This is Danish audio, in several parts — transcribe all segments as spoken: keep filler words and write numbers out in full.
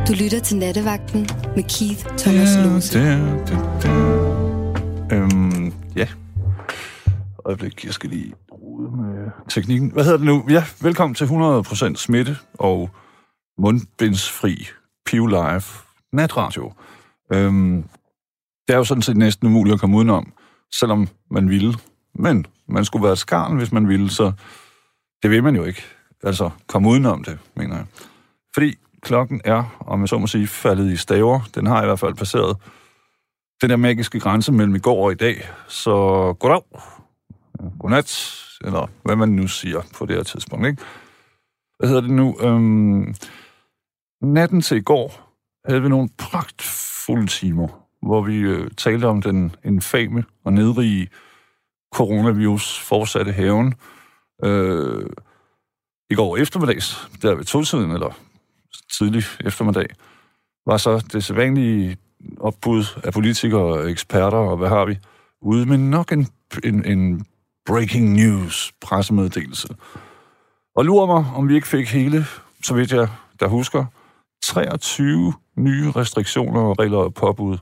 Du lytter til Nattevagten med Keith Thomas Lose. Ja, det, det, det. Øhm, ja. Øjeblik, jeg skal lige rode med teknikken. Hvad hedder det nu? Ja, velkommen til hundrede procent smitte og mundbindsfri Piv Live natradio. Øhm, det er jo sådan set næsten umuligt at komme udenom, selvom man ville. Men man skulle være et skarn, hvis man ville, så det vil man jo ikke. Altså, komme udenom det, mener jeg. Fordi klokken er, om jeg så må sige, faldet i staver. Den har i hvert fald passeret den der magiske grænse mellem i går og i dag. Så goddag, godnat, eller hvad man nu siger på det her tidspunkt, ikke? Hvad hedder det nu? Øhm, natten til i går havde vi nogle pragtfulde timer, hvor vi øh, talte om den infame og nedrige coronavirus fortsatte haven. Øh, I går eftermiddags, der ved to-tiden, eller tidlig eftermiddag, var så det sædvanlige opbud af politikere og eksperter, og hvad har vi, ude med nok en, en, en breaking news pressemeddelelse. Og lurer mig, om vi ikke fik hele, så vidt jeg der husker, treogtyve nye restriktioner og regler og påbud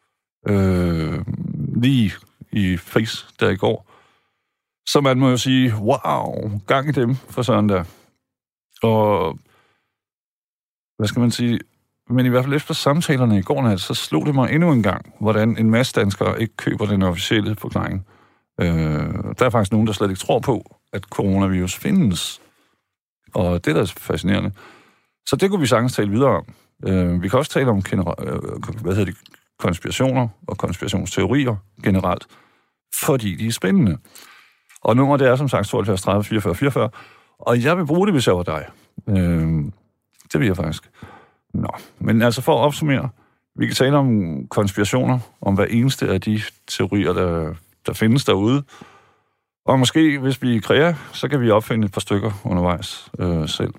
øh, lige i face der i går. Så man må jo sige, wow, gang i dem for sådan der. Og hvad skal man sige, men i hvert fald efter samtalerne i går nat, så slog det mig endnu en gang, hvordan en masse danskere ikke køber den officielle forklaring. Øh, der er faktisk nogen, der slet ikke tror på, at coronavirus findes. Og det er da fascinerende. Så det kunne vi sagtens tale videre om. Øh, vi kan også tale om genera- øh, hvad hedder det, konspirationer og konspirationsteorier generelt, fordi de er spændende. Og nummeret det er som sagt tooghalvfjerds tredive fireogfyrre fireogfyrre, og jeg vil bruge det, hvis jeg var dig. Øh, det vil jeg faktisk. Nå, men altså for at opsummere, vi kan tale om konspirationer, om hver eneste af de teorier, der, der findes derude. Og måske, hvis vi kræver, så kan vi opfinde et par stykker undervejs øh, selv.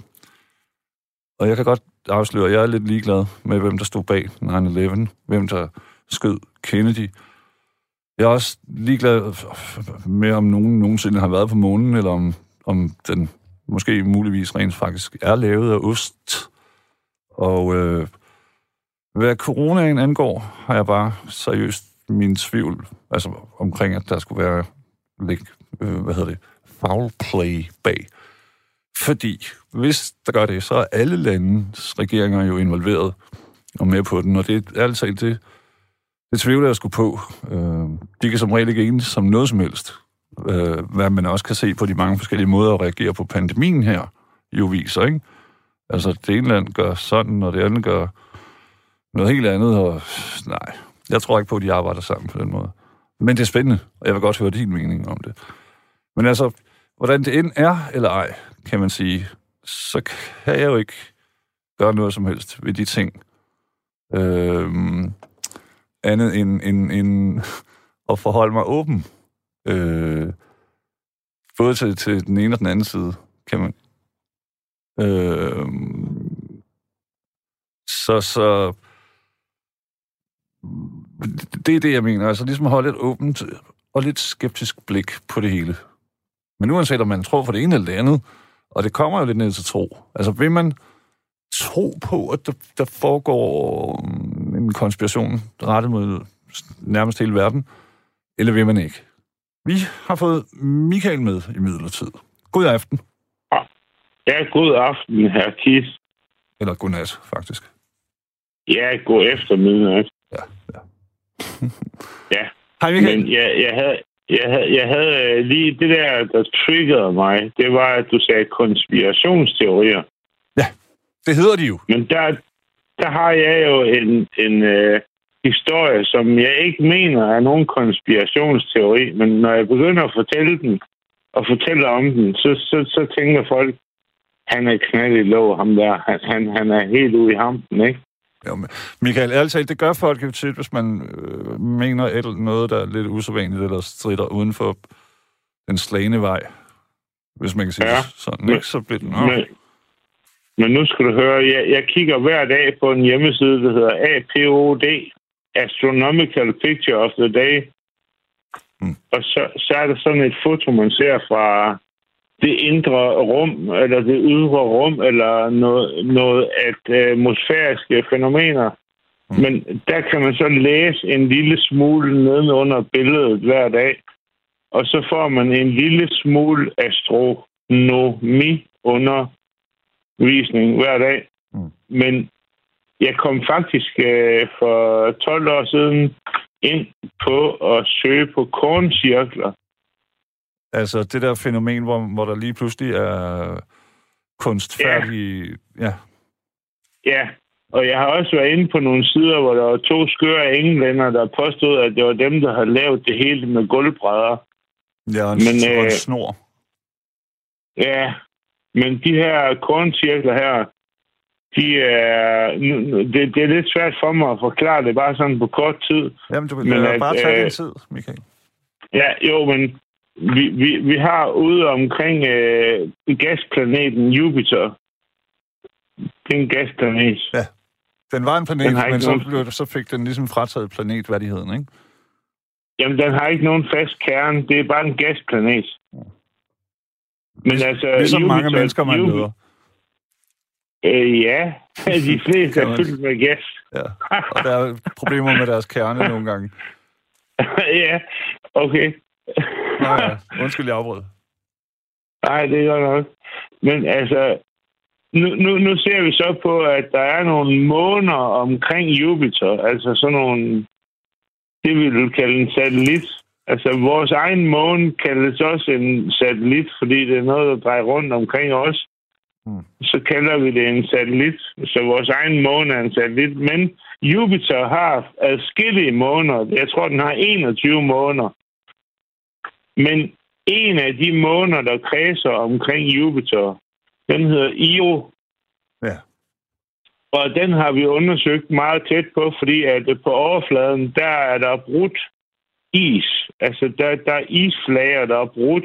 Og jeg kan godt afsløre, at jeg er lidt ligeglad med, hvem der stod bag nine eleven, hvem der skød Kennedy. Jeg er også ligeglad med, om nogen nogensinde har været på månen, eller om, om den måske muligvis rent faktisk er lavet af ost. Og øh, hvad coronaen angår, har jeg bare seriøst min tvivl, altså omkring, at der skulle være lidt, øh, hvad hedder det, foul play bag. Fordi hvis der gør det, så er alle landes regeringer jo involveret og med på den, og det er altid det, det tvivler jeg sgu på. Øh, de kan som regel ikke enes som noget som helst. Øh, hvad man også kan se på de mange forskellige måder at reagere på pandemien her, jo viser, ikke? Altså, det ene land gør sådan, og det andet gør noget helt andet, og nej, jeg tror ikke på, at de arbejder sammen på den måde. Men det er spændende, og jeg vil godt høre din mening om det. Men altså, hvordan det end er, eller ej, kan man sige, så kan jeg jo ikke gøre noget som helst ved de ting. Øhm, andet end, end, end at forholde mig åben. Øh, både til, til den ene og den anden side, kan man. Øh, så, så det er det, jeg mener. Altså ligesom at holde et åbent og lidt skeptisk blik på det hele. Men uanset om man tror på det ene eller det andet, og det kommer jo lidt ned til tro. Altså vil man tro på, at der, der foregår en konspiration rettet mod nærmest hele verden, eller vil man ikke? Vi har fået Michael med i midlertid. God aften. Ja, god aften, herr Keith. Eller godnat, faktisk. Ja, god eftermiddag. Ja, ja. Ja. Hej, Michael. Men jeg, jeg, havde, jeg, havde, jeg havde lige det der, der triggerede mig, det var, at du sagde konspirationsteorier. Ja, det hedder de jo. Men der, der har jeg jo en, en øh, historie, som jeg ikke mener er nogen konspirationsteori, men når jeg begynder at fortælle den, og fortælle om den, så, så, så tænker folk, han er knald i låg, ham der. Han, han, han er helt ude i hampen, ikke? Jo, men Michael, ærligt talt, det gør folk jo tit, hvis man øh, mener et, noget, der er lidt usædvanligt, eller strider uden for den slagne vej. Hvis man kan sige ja. Sådan, ikke? Så bliver det nok. Men, men nu skal du høre, jeg, jeg kigger hver dag på en hjemmeside, der hedder A P O D, Astronomical Picture of the Day. Mm. Og så, så er der sådan et foto, man ser fra det indre rum, eller det ydre rum, eller noget, noget atmosfæriske fænomener. Mm. Men der kan man så læse en lille smule nedenunder billedet hver dag, og så får man en lille smule astronomi undervisning hver dag. Mm. Men jeg kom faktisk øh, for tolv år siden ind på at søge på korncirkler. Altså det der fænomen, hvor, hvor der lige pludselig er kunstfærdige... Ja. ja. Ja, og jeg har også været inde på nogle sider, hvor der var to skøre englænder, der påstod, at det var dem, der havde lavet det hele med gulvbrædder. Ja, og en, men, og en snor. Ja, men de her korncirkler her, de er, det, det er lidt svært for mig at forklare det, bare sådan på kort tid. Jamen, du vil at, bare tage øh, din tid, Michael. Ja, jo, men vi, vi, vi har ude omkring øh, gasplaneten Jupiter. Det er en gasplanet. Ja, den var en planet, men så, nogen... så fik den ligesom frataget planetværdigheden, ikke? Jamen, den har ikke nogen fast kerne. Det er bare en gasplanet. Ja. Men altså... Ligesom Jupiter, mange mennesker, man Jupiter, møder. Øh, ja, de fleste er fyldt med gas. Ja, og der er problemer med deres kerne nogle gange. Ja, okay. Nå ja, undskyld, jeg afbrød. Nej, det er godt nok. Men altså, nu, nu, nu ser vi så på, at der er nogle måner omkring Jupiter. Altså sådan nogle, det vi vil kalde en satellit. Altså vores egen måne kaldes også en satellit, fordi det er noget, der drejer rundt omkring os. Hmm. Så kalder vi det en satellit. Så vores egen måne er en satellit. Men Jupiter har adskillige måner. Jeg tror, den har enogtyve måner. Men en af de måner, der kredser omkring Jupiter, den hedder Io. Ja. Og den har vi undersøgt meget tæt på, fordi at på overfladen, der er der brudt is. Altså, der, der er isflager, der er brudt.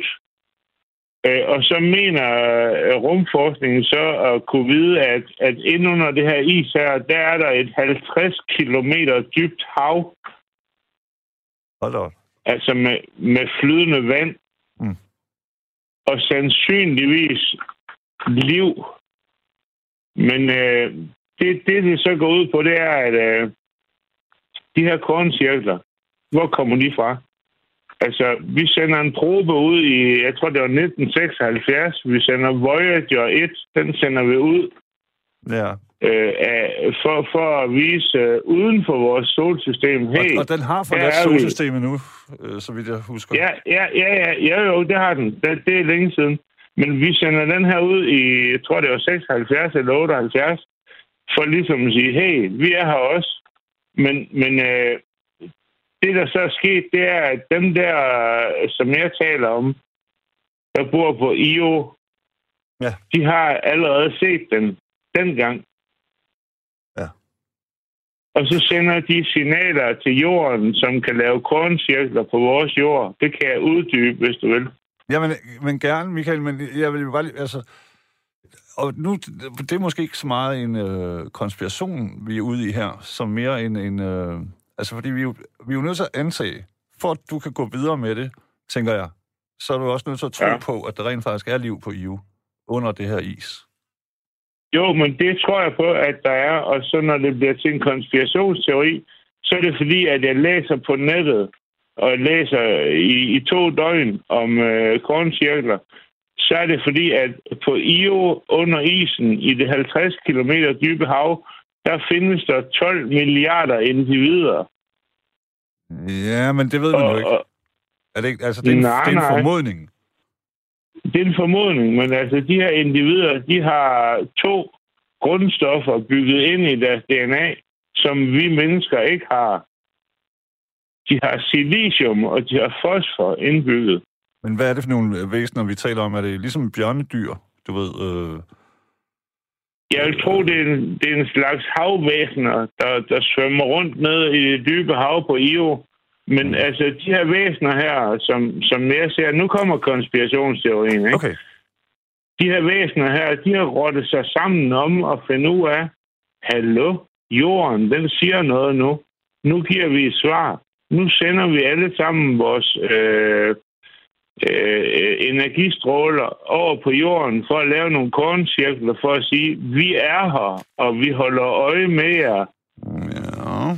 Og så mener rumforskningen så at kunne vide, at, at inden under det her is her, der er der et halvtreds kilometer dybt hav. Hold da. Altså med, med flydende vand. Mm. Og sandsynligvis liv. Men øh, det, det, det så går ud på, det er, at øh, de her korncirkler, hvor kommer de fra? Altså, vi sender en probe ud i, jeg tror, det var nitten seksoghalvfjerds. Vi sender Voyager et, den sender vi ud. Ja. Øh, af, for, for at vise øh, uden for vores solsystem. Hey, og, og den har forladt solsystemet nu, øh, så vidt jeg husker. Ja, ja, ja, ja, ja jo, det har den. Det, det er længe siden. Men vi sender den her ud i, jeg tror, det var seksoghalvfjerds eller otteoghalvfjerds, for ligesom at sige, hey, vi er her også. Men, men øh, det, der så er sket, det er, at dem der, som jeg taler om, der bor på Io, ja. De har allerede set den dengang. Ja. Og så sender de signaler til jorden, som kan lave korncirkler på vores jord. Det kan jeg uddybe, hvis du vil. Jamen, men gerne, Michael, men jeg vil bare lige, altså... Og nu, det er måske ikke så meget en øh, konspiration, vi er ude i her, som mere en... en øh, altså, fordi vi, vi er jo nødt til at antage, for at du kan gå videre med det, tænker jeg, så er du også nødt til at tro ja. på, at der rent faktisk er liv på Io under det her is. Jo, men det tror jeg på, at der er, og så når det bliver til en konspirationsteori, så er det fordi, at jeg læser på nettet, og jeg læser i, i to døgn om øh, korncirkler, så er det fordi, at på Io under isen i det halvtreds kilometer dybe hav, der findes der tolv milliarder individer. Ja, men det ved man jo ikke. Er det ikke? Altså, det er en, nej, det er en formodning. Det er en formodning, men altså, de her individer, de har to grundstoffer bygget ind i deres D N A, som vi mennesker ikke har. De har silicium, og de har fosfor indbygget. Men hvad er det for nogle væsener, vi taler om? Er det ligesom bjørnedyr, du ved? Øh... Jeg vil tro, det er en, det er en slags havvæsener, der, der svømmer rundt ned i det dybe hav på Io. Men mm. altså, de her væsener her, som, som jeg ser, nu kommer konspirationsteorien, ikke? Okay. De her væsener her, de har rottet sig sammen om at finde ud af, hallo, jorden, den siger noget nu. Nu giver vi et svar. Nu sender vi alle sammen vores øh, øh, energistråler over på jorden for at lave nogle korncirkler for at sige, vi er her, og vi holder øje med jer. Ja.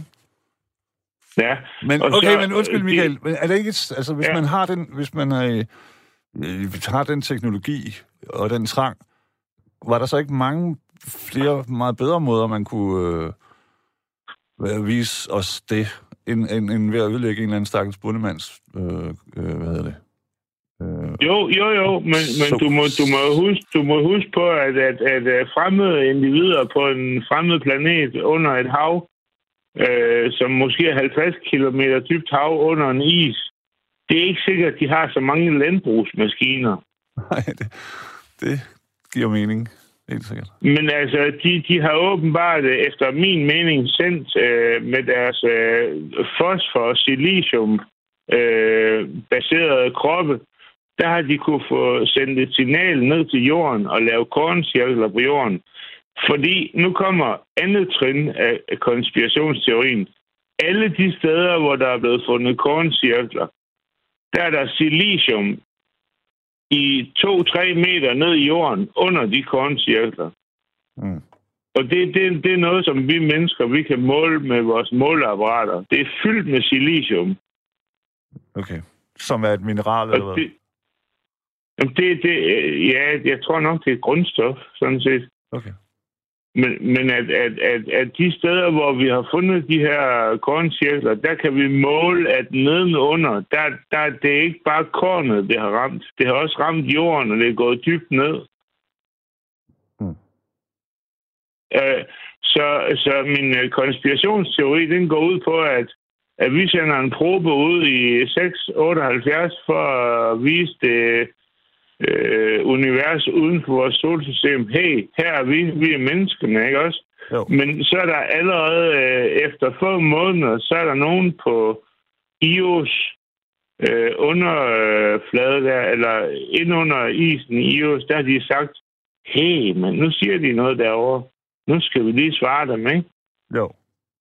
Ja. Men okay, så, men undskyld Michael, men er det ikke, altså hvis ja. man har den, hvis man er, øh, har den teknologi og den trang, var der så ikke mange flere meget bedre måder man kunne øh, vise os det, end, end, end ved at ødelægge en eller anden stakkels bundemands, øh, øh, hvad hedder det? Øh, jo, jo, jo, men, men du, må, du, må huske, du må huske på, at, at, at fremmede individer på en fremmed planet under et hav, øh, som måske er halvtreds kilometer dybt hav under en is, det er ikke sikkert, at de har så mange landbrugsmaskiner. Nej, det, det giver mening. Helt sikkert. Men altså, de, de har åbenbart, efter min mening, sendt øh, med deres øh, fosfor og silicium øh, baserede kroppe, der har de kunne få sendt et signal ned til jorden og lave korncirkler på jorden. Fordi nu kommer andet trin af konspirationsteorien. Alle de steder, hvor der er blevet fundet korncirkler, der er der silicium i to-tre meter ned i jorden under de korncirkler. Mm. Og det, det, det er noget, som vi mennesker, vi kan måle med vores måleapparater. Det er fyldt med silicium. Okay. Som er et mineral, eller hvad? Det, det, det, ja, jeg tror nok, det er et grundstof, sådan set. Okay. Men, men at, at, at, at de steder, hvor vi har fundet de her korncirkler, der kan vi måle, at nedenunder, der, der det er ikke bare kornet, det har ramt. Det har også ramt jorden, og det er gået dybt ned. Mm. Uh, så, så min konspirationsteori, den går ud på, at, at vi sender en probe ud i seks otteoghalvfjerds for at vise det Øh, univers uden for vores solsystem. Hey, her er vi, vi er menneskene, ikke også? Jo. Men så er der allerede øh, efter få måneder, så er der nogen på Ios øh, underflade øh, der, eller ind under isen i Ios, der har de sagt, hey, men nu siger de noget derovre. Nu skal vi lige svare dem, ikke? Jo.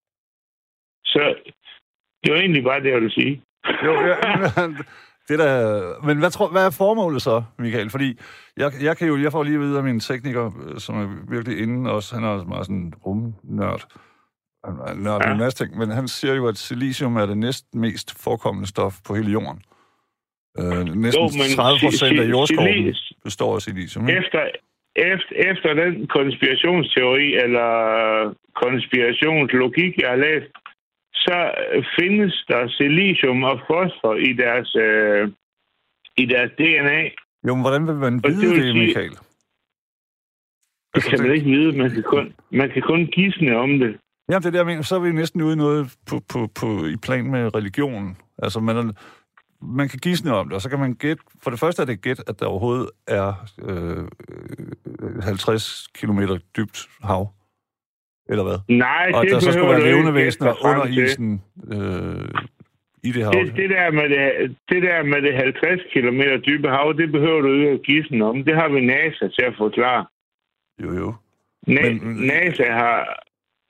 Så det var egentlig bare det, jeg ville sige. Jo, ja, det der, men hvad, tror, hvad er formålet så, Michael? Fordi jeg, jeg kan jo, jeg får lige at vide af min tekniker, som er virkelig inde også, han er meget sådan rumnørd, han er nørd ja. en masse ting, men han siger jo, at silicium er det næst mest forekommende stof på hele jorden. Øh, næsten jo, tredive procent af jordskoven består af silicium. Ikke? Efter, efter, efter den konspirationsteori, eller konspirationslogik, jeg har læst, så findes der silicium og fosfor i deres, øh, i deres D N A. Jo, men hvordan vil man vide det, det Michael? Det altså, kan man det... ikke vide. Man kan, kun, man kan kun gisne om det. Jamen, det er det, jeg mener. Så er vi næsten ude i noget på, på, på, i plan med religionen. Altså, man, man kan gisne om det, og så kan man gætte... For det første er det gæt, at der overhovedet er øh, halvtreds kilometer dybt hav. Eller hvad? Nej, og det der så skulle være levende væsener under til. isen øh, i det hav. Det, det, der med det, det der med det halvtreds kilometer dybe hav, det behøver du ikke at gisne om. Det har vi NASA til at forklare. Jo, jo. Na- Men, NASA har...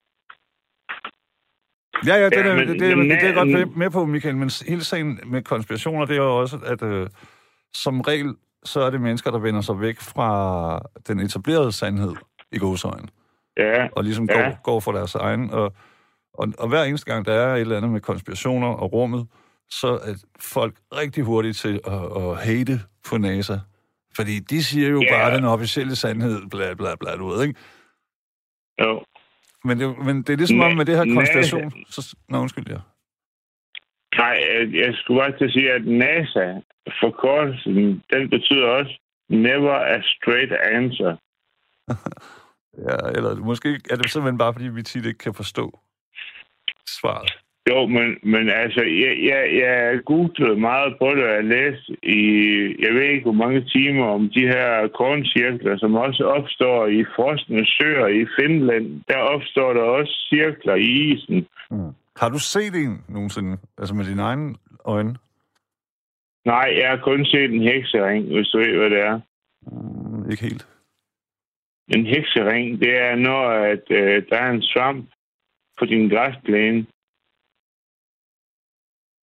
Ja, ja, det, ja, er, men, det, det, men, det, det er godt med, med på, Michael, men hele sagen med konspirationer, det er jo også, at øh, som regel, så er det mennesker, der vender sig væk fra den etablerede sandhed i gåseøjne. Ja, og ligesom ja. går, går for deres egen. Og, og, og hver eneste gang, der er et eller andet med konspirationer og rummet, så er folk rigtig hurtige til at, at hate på NASA. Fordi de siger jo yeah. bare den officielle sandhed, bla bla bla, du ved, ikke? Jo. Men det, men det er ligesom om med det her konspiration... Så, nå, undskyld, ja. Nej, jeg skulle bare til at sige, at NASA, forkortelsen, den betyder også never a straight answer. Ja, eller måske er det simpelthen bare, fordi vi tit ikke kan forstå svaret. Jo, men, men altså, jeg, jeg, jeg googlede meget på det, og jeg læste i, jeg ved ikke hvor mange timer om de her korncirkler, som også opstår i frosne søer i Finland. Der opstår der også cirkler i isen. Mm. Har du set en nogensinde, altså med dine egne øjne? Nej, jeg har kun set en heksering, hvis du ved, hvad det er. Mm, ikke helt. En heksering, det er, når at, øh, der er en svamp på din græsplæne.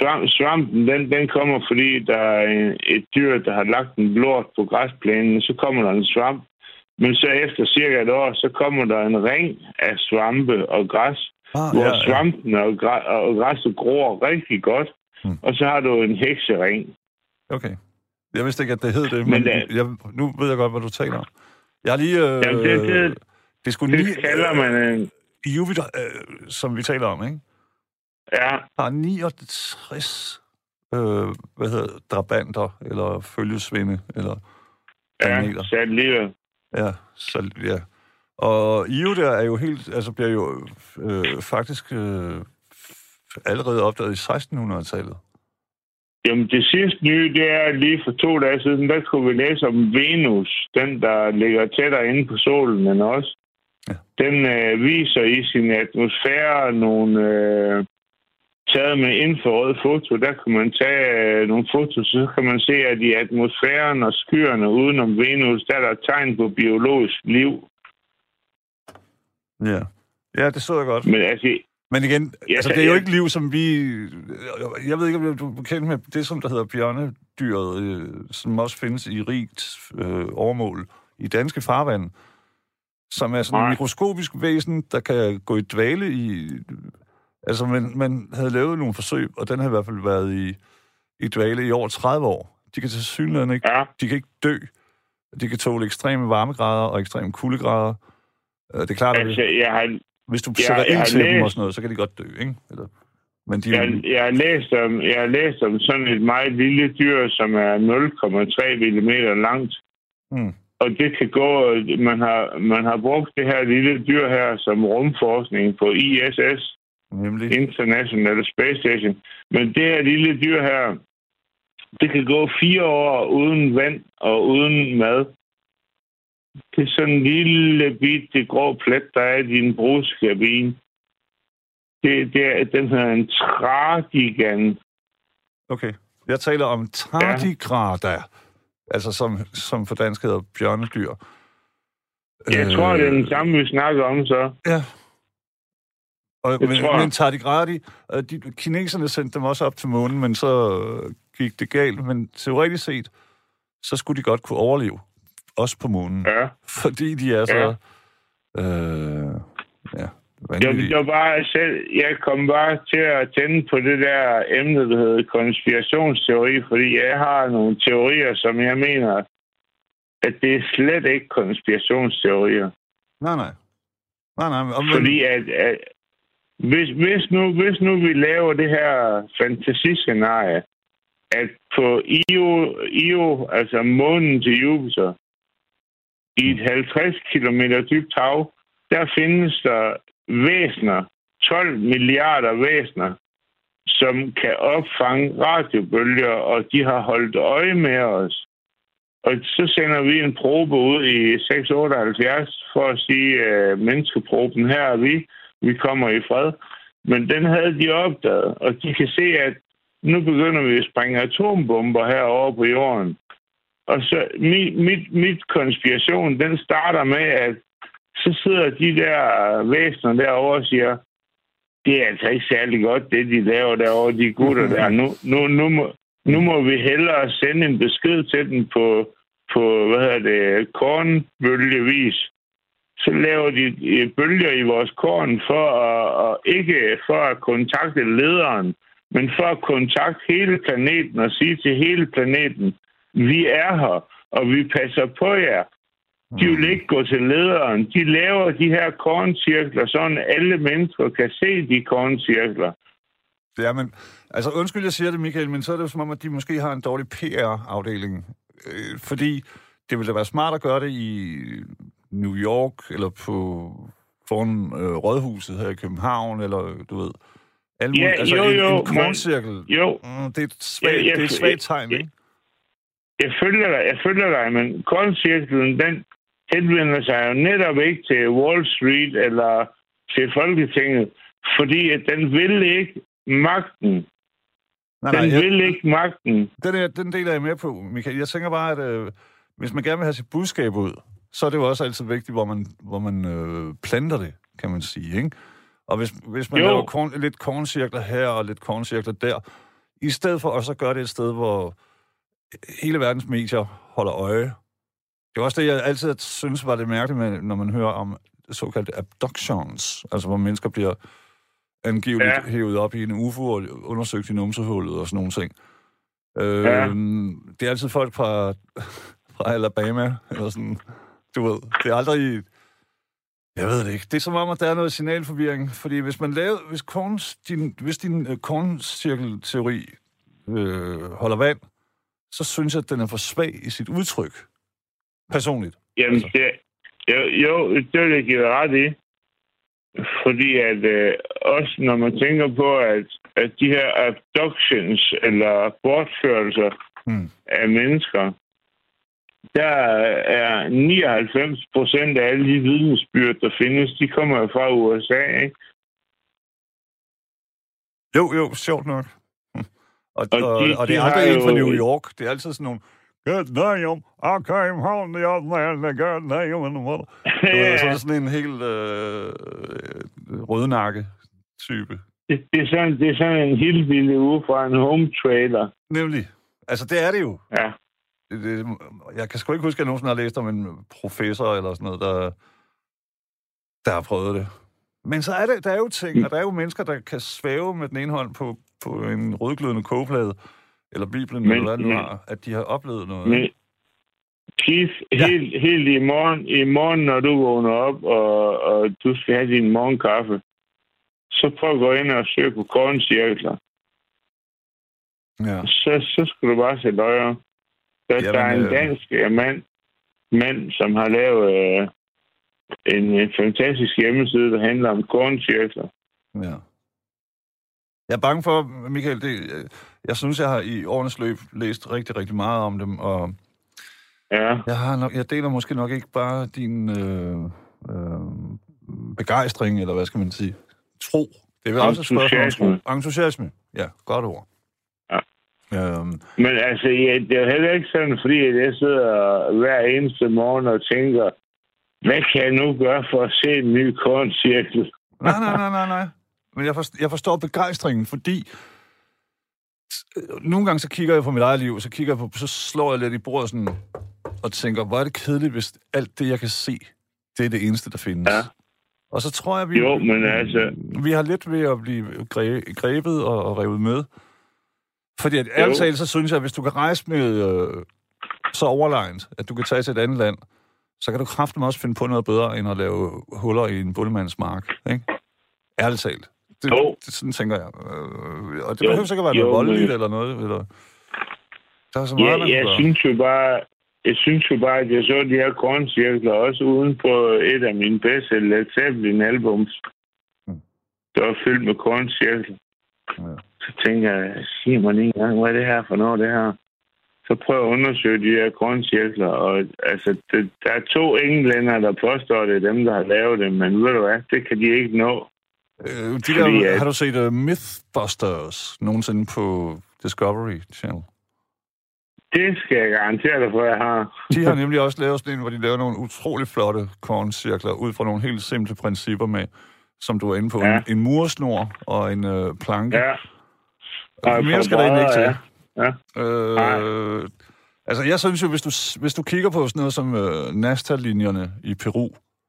svamp, svampen, den, den kommer, fordi der er en, et dyr, der har lagt en lort på græsplænen, så kommer der en svamp. Men så efter cirka et år, så kommer der en ring af svampe og græs, ah, hvor ja, ja. svampen og, græ, og græsset gror rigtig godt. Hmm. Og så har du en heksering. Okay. Jeg vidste ikke, at det hed det, men, men det, jeg, nu ved jeg godt, hvad du taler om. Jeg har lige... Øh, jamen, det, det, det, skulle det lige, kalder man en... Jupiter, øh, som vi taler om, ikke? Ja. Har niogtres øh, hvad hedder drabanter, eller følgesvinde, eller planeter. Ja, satellitter. Ja, så, ja. Og I U der er jo helt, altså bliver jo øh, faktisk øh, allerede opdaget i sekstenhundredetallet. Jamen, det sidste nye, det er lige for to dage siden, der kunne vi læse om Venus, den, der ligger tættere inde på solen end os. Ja. Den øh, viser i sin atmosfære nogle øh, taget med infrarød foto. Der kan man tage øh, nogle fotos, så kan man se, at i atmosfæren og skyerne udenom Venus, der er der tegn på biologisk liv. Ja, ja, det så jeg godt. Men altså... Men igen, ja, altså, det er jo ikke liv, som vi... Jeg ved ikke, om du er kendt med det, som der hedder bjørnedyret, øh, som også findes i rigt øh, overmål i danske farvand, som er sådan Nej. en mikroskopisk væsen, der kan gå i dvale i... Altså, man, man havde lavet nogle forsøg, og den har i hvert fald været i, i dvale i over tredive år. De kan til synligheden ikke... Ja. De kan ikke dø. De kan tåle ekstreme varmegrader og ekstreme kuldegrader. Det er klart, at... Altså, jeg har... Hvis du sætter ind til læst, dem og sådan noget, så kan de godt dø, ikke? Eller, men de jeg, jo... jeg, har læst om, jeg har læst om sådan et meget lille dyr, som er nul komma tre millimeter langt. Mm. Og det kan gå... Man har, man har brugt det her lille dyr her som rumforskning på I S S. Nemlig? International Space Station. Men det her lille dyr her, det kan gå fire år uden vand og uden mad. Det er sådan en lille bitte grå plet, der er i din brugskabine. Det, det er, den hedder en tardigrade. Okay. Jeg taler om tardigrade, ja. Altså som, som for dansk hedder bjørnedyr. Jeg øh... tror, det er den samme, vi snakker om så. Ja. Og, men, men tardigrade, de, kineserne sendte dem også op til månen, men så gik det galt. Men teoretisk set, så skulle de godt kunne overleve. Også på månen. Ja. Fordi de er så... Ja. Øh, ja, jeg, jeg, bare selv, jeg kom bare til at tænde på det der emne, der hedder konspirationsteori, fordi jeg har nogle teorier, som jeg mener, at det er slet ikke konspirationsteorier. Nej, nej. nej, nej men... Fordi at, at hvis, hvis, nu, hvis nu vi laver det her fantasiscenarie, at på Io, Io, altså månen til Jupiter, i et halvtreds kilometer dybt hav, der findes der væsener, tolv milliarder væsener, som kan opfange radiobølger, og de har holdt øje med os. Og så sender vi en probe ud i seks otteoghalvfjerds for at sige, at menneskeproben her er vi, vi kommer i fred. Men den havde de opdaget, og de kan se, at nu begynder vi at sprænge atombomber herovre på jorden. Og så mit, mit, mit konspiration, den starter med, at så sidder de der væsener derovre og siger, det er altså ikke særlig godt, det de laver derovre, de gutter der. Nu, nu, nu, må, nu må vi hellere sende en besked til dem på, på hvad hedder det, kornbølgevis. Så laver de bølger i vores korn for at, og ikke for at kontakte lederen, men for at kontakte hele planeten og sige til hele planeten, vi er her, og vi passer på jer. De vil ikke gå til lederen. De laver de her korncirkler, sådan alle mennesker kan se de korncirkler. Ja, men altså undskyld, jeg siger det, Michael, men så er det jo som om, at de måske har en dårlig P R-afdeling. Øh, fordi det ville da være smart at gøre det i New York, eller på foran øh, Rådhuset her i København, eller du ved... Alle ja, altså jo, en, jo, en korncirkel. Men, jo. Mm, det er et svagt, ja, jeg, det er et svagt tegn, ikke? Jeg følger dig, jeg følger dig, men korncirklen, den henvender sig jo netop ikke til Wall Street eller til Folketinget, fordi at den vil ikke magten. Nej, den nej, vil jeg, ikke magten. Den, er, den del er jeg med på, Michael. Jeg tænker bare, at øh, hvis man gerne vil have sit budskab ud, så er det jo også altid vigtigt, hvor man, hvor man øh, planter det, kan man sige, ikke? Og hvis, hvis man jo. laver korn, lidt korncirkler her og lidt korncirkler der, I stedet for også at gøre det et sted, hvor hele verdens medier holder øje. Det er også det, jeg altid synes var det mærkeligt med, når man hører om såkaldte abductions, altså hvor mennesker bliver angiveligt ja. hævet op i en U F O og undersøgt i numsehullet og sådan nogle ting. Øh, ja. Det er altid folk fra, fra Alabama, eller sådan, du ved. Det er aldrig... Jeg ved det ikke. Det er som om, at der er noget signalforvirring, fordi hvis man laver... Hvis, korns, din, hvis din uh, korncirkelteori øh, holder vand, så synes jeg, at den er for svag i sit udtryk. Personligt. Jamen, altså. det, jo, jo, det vil jeg give ret i. Fordi at øh, også når man tænker på, at, at de her abductions, eller bortførelser hmm. af mennesker, der er nioghalvfems procent af alle de vidnesbyrd, der findes, de kommer fra U S A, ikke? Jo, jo, sjovt nok. Og, og, og, de, og det er aldrig en fra New York. Det er altid sådan nogle God damn, I came home the other man, the God damn in the mother. Så er det sådan en helt øh, rødnakke-type. Det, det, er sådan, det er sådan en hillbilly ude fra en home trailer. Nemlig. Altså, det er det jo. Ja. Det, det, jeg kan sgu ikke huske, at jeg nogensinde har læst om en professor eller sådan noget, der, der har prøvet det. Men så er det, der er jo ting, og der er jo mennesker, der kan svæve med den ene hånd på, på en rødglødende kogeplade, eller Bibelen, men, eller hvad det nu har, at de har oplevet noget. Men, Keith, ja. helt, helt i morgen, i morgen, når du vågner op, og, og du skal have din morgenkaffe, så prøv at gå ind og søge på korncirkler. Ja. Så, så skal du bare sætte øje. Der, Jamen, der er en dansk øh... mand, mand, som har lavet øh, en, en fantastisk hjemmeside, der handler om korncirkler. Ja. Jeg er bange for, Michael, det, jeg synes, jeg har i årenes løb læst rigtig, rigtig meget om dem, og ja. jeg, har nok, jeg deler måske nok ikke bare din øh, øh, begejstring, eller hvad skal man sige, tro. Det er vel også et spørgsmål om tro. Entusiasme. Ja, godt ord. Ja. Øhm. Men altså, ja, det er jo heller ikke sådan, fordi jeg sidder hver eneste morgen og tænker, hvad kan jeg nu gøre for at se en ny korncirkel? Nej, nej, nej, nej, nej. Men jeg forstår, jeg forstår begejstringen, fordi nogle gange så kigger jeg på mit eget liv, så kigger jeg på, så slår jeg lidt i bordet sådan, og tænker, hvor er det kedeligt, hvis alt det, jeg kan se, det er det eneste, der findes. Ja. Og så tror jeg, vi, jo, men altså... vi har lidt ved at blive grebet og, og revet med. Fordi at ærligt talt, så synes jeg, at hvis du kan rejse med øh, så overlegnet, at du kan tage til et andet land, så kan du kraftigt også finde på noget bedre, end at lave huller i en bondemands mark, ikke? Ærligt talt. Det, det, sådan tænker jeg. Øh, og det jo, behøver sikkert være noget voldeligt men... eller noget. Eller... Der er så meget, ja, jeg synes jo bare, jeg synes jo bare, at jeg så de her korncirkler også uden på et af mine bedste Led Zeppelin-albums. Hmm. Der var fyldt med korncirkler. Ja. Så tænker jeg, sig mig lige en gang, hvad er det her for noget, det her? Så prøv at undersøge de her korncirkler. Og altså, det, der er to englænder, der påstår, det er dem, der har lavet det, men ved du hvad, det kan de ikke nå. Øh, de der, Fordi, har du set uh, Mythbusters nogensinde på Discovery Channel? Det skal jeg garantere dig for, jeg har. De har nemlig også lavet sådan en, hvor de laver nogle utrolig flotte korncirkler ud fra nogle helt simple principper med, som du er inde på, ja. en, en mursnor og en øh, planke. Ja. Og mere skal der egentlig ikke til. Ja. Ja. Øh, altså, jeg synes jo, hvis du, hvis du kigger på sådan noget som øh, Nazca-linjerne i Peru,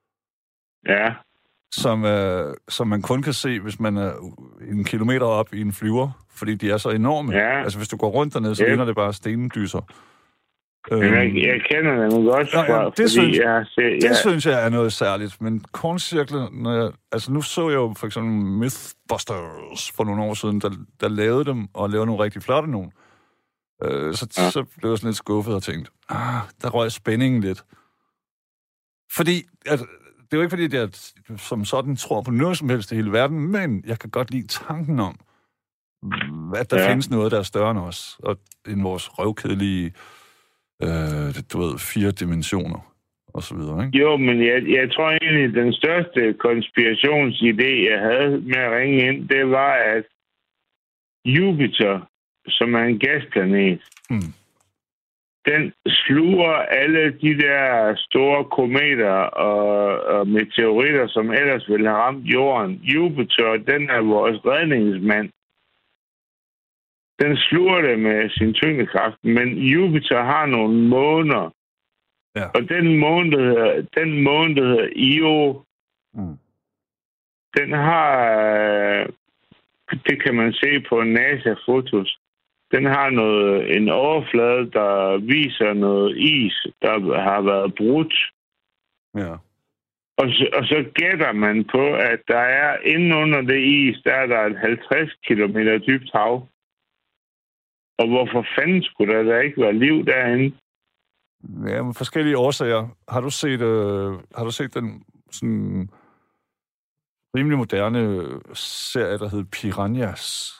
ja. som, øh, som man kun kan se, hvis man er en kilometer op i en flyver, fordi de er så enorme. Ja. Altså, hvis du går rundt dernede, så ligner det bare stendyser. Øhm, jeg, jeg kender dem godt fra, ja, ja, det, synes, jeg har set, det ja. synes jeg er noget særligt, men korncirkler, når jeg, altså nu så jeg jo for eksempel Mythbusters for nogle år siden, der, der lavede dem og lavede nogle rigtig flotte nogen. Øh, så, ja. så blev jeg sådan lidt skuffet og tænkt, ah, der røg spændingen lidt. Fordi, at, det er jo ikke fordi, at jeg som sådan tror på noget som helst i hele verden, men jeg kan godt lide tanken om, at der ja. findes noget, der er større end os, og end vores røvkedelige Øh, du ved, fire dimensioner, og så videre, ikke? Jo, men jeg, jeg tror egentlig, den største konspirationsidé, jeg havde med at ringe ind, det var, at Jupiter, som er en gasplanet, hmm. den sluger alle de der store kometer og, og meteoritter, som ellers ville have ramt jorden. Jupiter, den er vores redningsmand. den sluger det med sin tyngdekraft, men Jupiter har nogle måner. Ja. Og den måne, der hedder, den måne, der hedder Io, mm. den har, det kan man se på NASA-fotos, den har noget, en overflade, der viser noget is, der har været brudt. Ja. Og så, og så gætter man på, at der er inde under det is, der er der et halvtreds kilometer dybt hav. Og hvorfor fanden skulle der da ikke være liv derinde? Ja, med forskellige årsager. Har du set, øh, har du set den sådan rimelig moderne serie, der hedder Piranhas?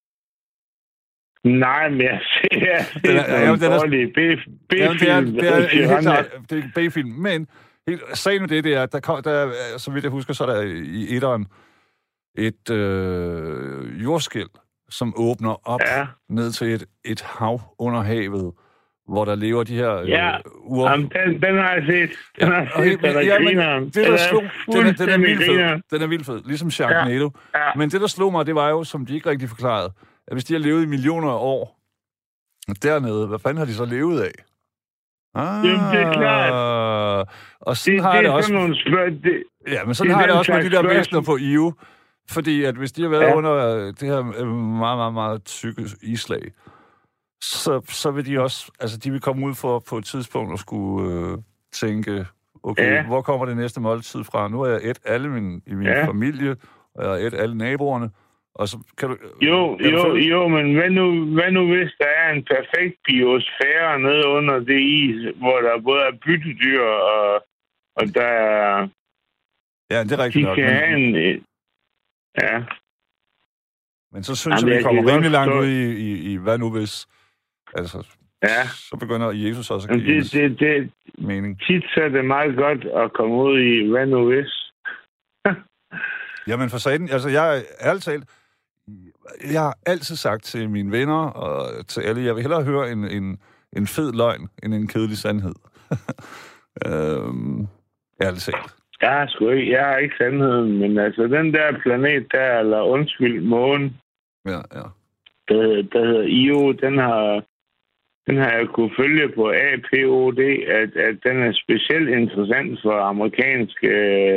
Nej, men jeg ser, jeg ser den er, jamen, den er, B-film. Det er, det er, helt klart, det er B-film, men helt, sagen med det, det er, at der, kom, der, så vidt jeg husker, så er der i etteren et øh, jordskælv, som åbner op ja. ned til et, et hav under havet, hvor der lever de her ja. øh, ur... Jamen, den, den har jeg set. Den ja, har jeg set, der ja, griner. Det, der slog, den, er, den er vildt fed. Griner. Den er vildt fed, ligesom Sharknado. Ja. Ja. Men det, der slog mig, det var jo, som de ikke rigtig forklarede, at hvis de har levet i millioner af år dernede, hvad fanden har de så levet af? Ah, Jamen, det er klart. Og sådan det, har det, det også... Nogle spørg... det, ja, men sådan det har det også med de der væsener på I U. Fordi at hvis de har været ja. under det her meget, meget, meget tykke islag, så, så vil de også... Altså, de vil komme ud for på et tidspunkt og skulle øh, tænke, okay, ja. hvor kommer det næste måltid fra? Nu har jeg et alle min, i min ja. familie, og jeg har et alle naboerne. Og så kan du... Jo, kan jo, du jo, men hvad nu, hvad nu hvis der er en perfekt biosfære nede under det is, hvor der både er byttedyr, og, og der er... Ja, det er rigtigt de nok. Kan men, have en, ja. Men så synes Jamen, jeg, vi kommer rimelig langt ud i, i, i, hvad nu hvis... Altså, ja. så begynder Jesus også at give det, det, det, mening. Tit så er det meget godt at komme ud i, hvad nu hvis... Jamen for satan, altså jeg er ærligt talt, jeg har altid sagt til mine venner og til alle, jeg vil hellere høre en, en, en fed løgn, end en kedelig sandhed. øhm, ærligt talt. Jeg har sgu ikke, jeg har ikke sandheden, men altså den der planet der, eller undskyld, månen, ja, ja. Der, der hedder I O, den har, den har jeg kunne følge på A P O D, at, at den er specielt interessant for amerikanske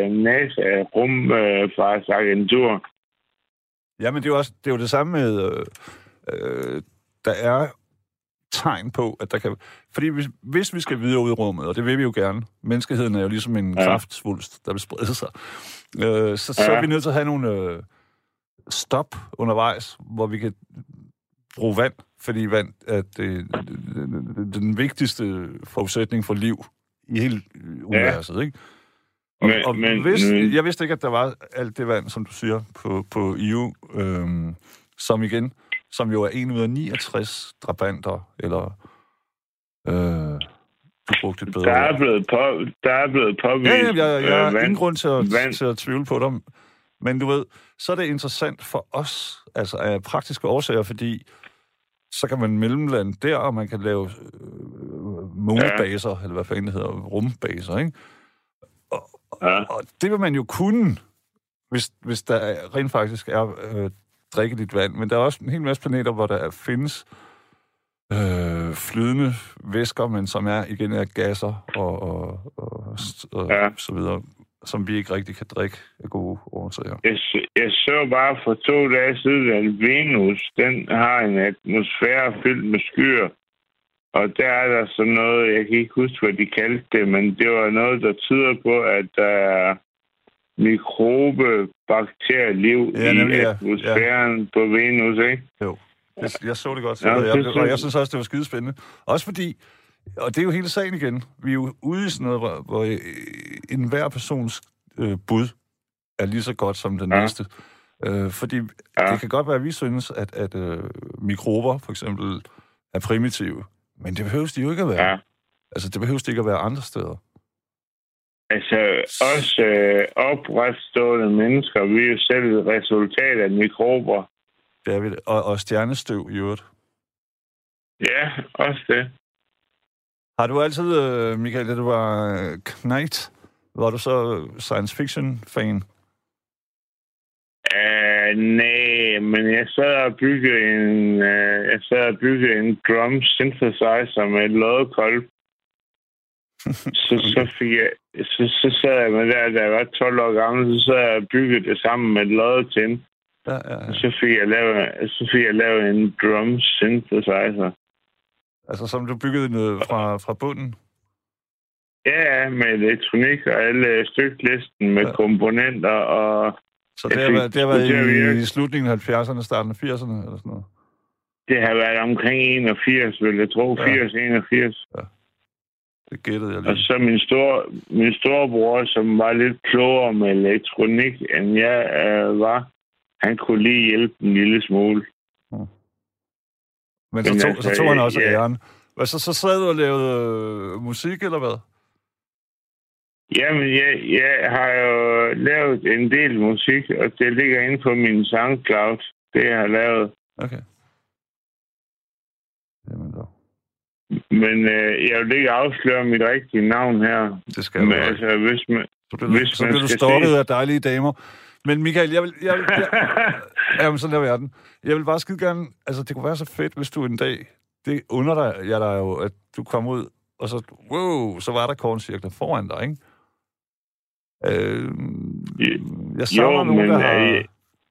NASA-rumfartsagentur. Øh, Ja, men det er jo også det, er jo det samme med, øh, øh, der er tegn på, at der kan... Fordi hvis, hvis vi skal videre ud i rummet, og det vil vi jo gerne, menneskeheden er jo ligesom en ja. kraftsvulst, der vil sprede sig, øh, så, ja. så er vi nødt til at have nogle øh, stop undervejs, hvor vi kan bruge vand, fordi vand er det, den vigtigste forudsætning for liv i hele universet, ja. ikke? Og, men, og men, hvis, men... jeg vidste ikke, at der var alt det vand, som du siger, på, på I U, øhm, som igen, som jo er en ud af niogtres drabanter, eller øh, du brugte et bedre der er blevet på, der er blevet påvist. Ja, ja, jeg, jeg har øh, ingen grund til at, til at tvivle på dem. Men du ved, så er det interessant for os, altså af praktiske årsager, fordi så kan man mellemlande der, og man kan lave øh, månebaser, ja. eller hvad fanden det hedder, rumbaser, ikke? Og, ja. og det vil man jo kunne, hvis, hvis der rent faktisk er øh, drikkeligt vand. Men der er også en hel masse planeter, hvor der findes øh, flydende væsker, men som er igen er gasser og, og, og, og ja. så videre, som vi ikke rigtig kan drikke af gode årsager. Jeg, jeg så bare for to dage siden, at Venus, den har en atmosfære fyldt med skyer. Og der er der sådan noget, jeg kan ikke huske, hvad de kaldte det, men det var noget, der tyder på, at der er mikrobebakterieliv ja, i ja, atmosfæren ja. på Venus, ikke? Jo, jeg, jeg så det godt. Ja, jeg, jeg, og jeg synes også, det var skidespændende. Også fordi, og det er jo hele sagen igen, vi er jo ude i sådan noget, hvor, hvor enhver persons øh, bud er lige så godt som den ja. næste. Øh, fordi ja. det kan godt være, at vi synes, at, at øh, mikrober for eksempel er primitive. Men det behøves de jo ikke at være. Ja. Altså, det behøves de ikke at være andre steder. Altså, også øh, opretstående mennesker, vi er jo selv et resultat af mikrober. Det er vi det. Og, og stjernestøv i øvrigt. Ja, også det. Har du altid, øh, Michael, da du var øh, Knight, var du så science fiction-fan? Uh, Uh, nej, men jeg sad og byggede en, uh, jeg sad og byggede en drum synthesizer med et loddekolb. så, okay. så, fik jeg, så, så sad jeg med der, da jeg var tolv år gammel, så sad jeg og byggede det sammen med et loddetin. Ja, ja, ja. Så fik jeg lavet, så fik jeg lavet en drum synthesizer. Altså, som du byggede noget fra, fra bunden? Ja, med elektronik og alle styklisten med ja. komponenter og... Så det har været, det har været i, i slutningen af halvfjerdserne, starten af firserne eller sådan noget? Det har været omkring enogfirs, vil jeg tro. firs enogfirs. Ja. Det gættede jeg lige. Og så min, store, min storebror, som var lidt klogere med elektronik, end jeg øh, var, han kunne lige hjælpe en lille smule. Ja. Men så tog, altså, så tog han også ja. æren. Så, så sad du og lavede øh, musik, eller hvad? Jamen, jeg, jeg har jo lavet en del musik, og det ligger inde på min SoundCloud, det jeg har lavet. Okay. Jamen da. Men øh, jeg vil ikke afsløre mit rigtige navn her. Det skal Men, altså, hvis man, så bliver, hvis så man bliver du stalket af dejlige damer. Men Michael, jeg vil... Jeg vil jeg, jamen, så laver jeg den. Jeg vil bare skide gerne... Altså, det kunne være så fedt, hvis du en dag... Det under dig, jeg der jo, at du kom ud, og så... Wow, så var der korncirkler foran dig, ikke? Øh, jeg savner nogen, men, der har... Jeg...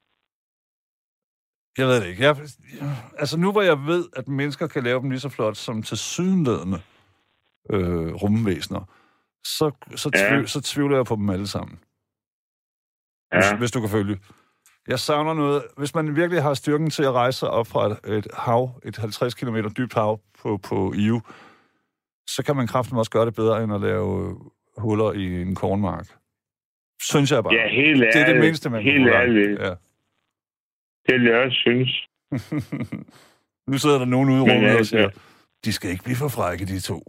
jeg ved det ikke. Jeg, altså nu hvor jeg ved, at mennesker kan lave dem lige så flot som tilsyneladende øh, rumvæsener, så, så, tvivl, ja. så tvivler jeg på dem alle sammen. Ja. Hvis, hvis du kan følge. Jeg savner noget... Hvis man virkelig har styrken til at rejse sig op fra et, et hav, et halvtreds kilometer dybt hav på, på I U, så kan man kraftigt også gøre det bedre, end at lave huller i en kornmark. Synes jeg bare. Ja, helt ærligt. Det er det mindste, man helt ærligt. Ja. Det vil jeg også synes. Nu sidder der nogen ude i rummet altså... og siger, de skal ikke blive for frække, de to.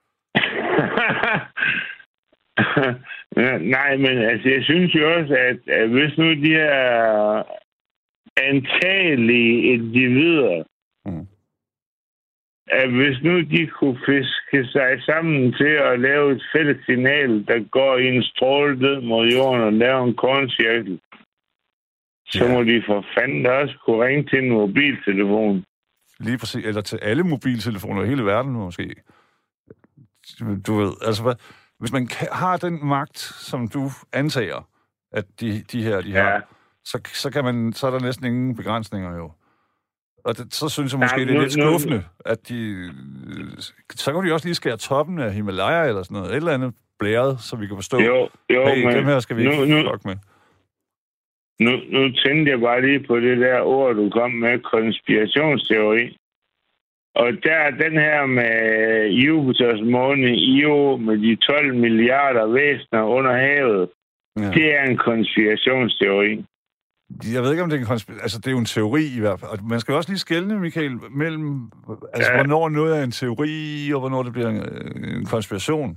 Nej, men altså, jeg synes jo også, at, at hvis nu de her antagelige individer, mm. at hvis nu de kunne fiske sig sammen til at lave et fælles signal, der går i en stråle ned mod jorden og lave en korncirkel, så ja. må de for fanden også kunne ringe til en mobiltelefon. Lige præcis, eller til alle mobiltelefoner i hele verden måske. Du ved, altså hvad... Hvis man har den magt, som du antager, at de, de her, de ja. har, så, så, kan man, så er der næsten ingen begrænsninger jo. Og det, så synes jeg måske, ja, nu, det er lidt skuffende, nu. at de... Så kan de også lige skære toppen af Himalaya eller sådan noget. Et eller andet blæret, så vi kan forstå. Jo, jo, hey, men dem her skal vi nu, ikke nu, fuck med. Nu, nu tænkte jeg bare lige på det der ord, du kom med, konspirationsteori. Og der er den her med Jupiters måne Io med de tolv milliarder væsener under havet. Ja. Det er en konspirationsteori. Jeg ved ikke, om det er en konspirationsteori. Altså, det er jo en teori i hvert fald. Og man skal jo også lige skelne, Michael, mellem altså, ja. hvornår noget er en teori, og hvornår det bliver en, en konspiration.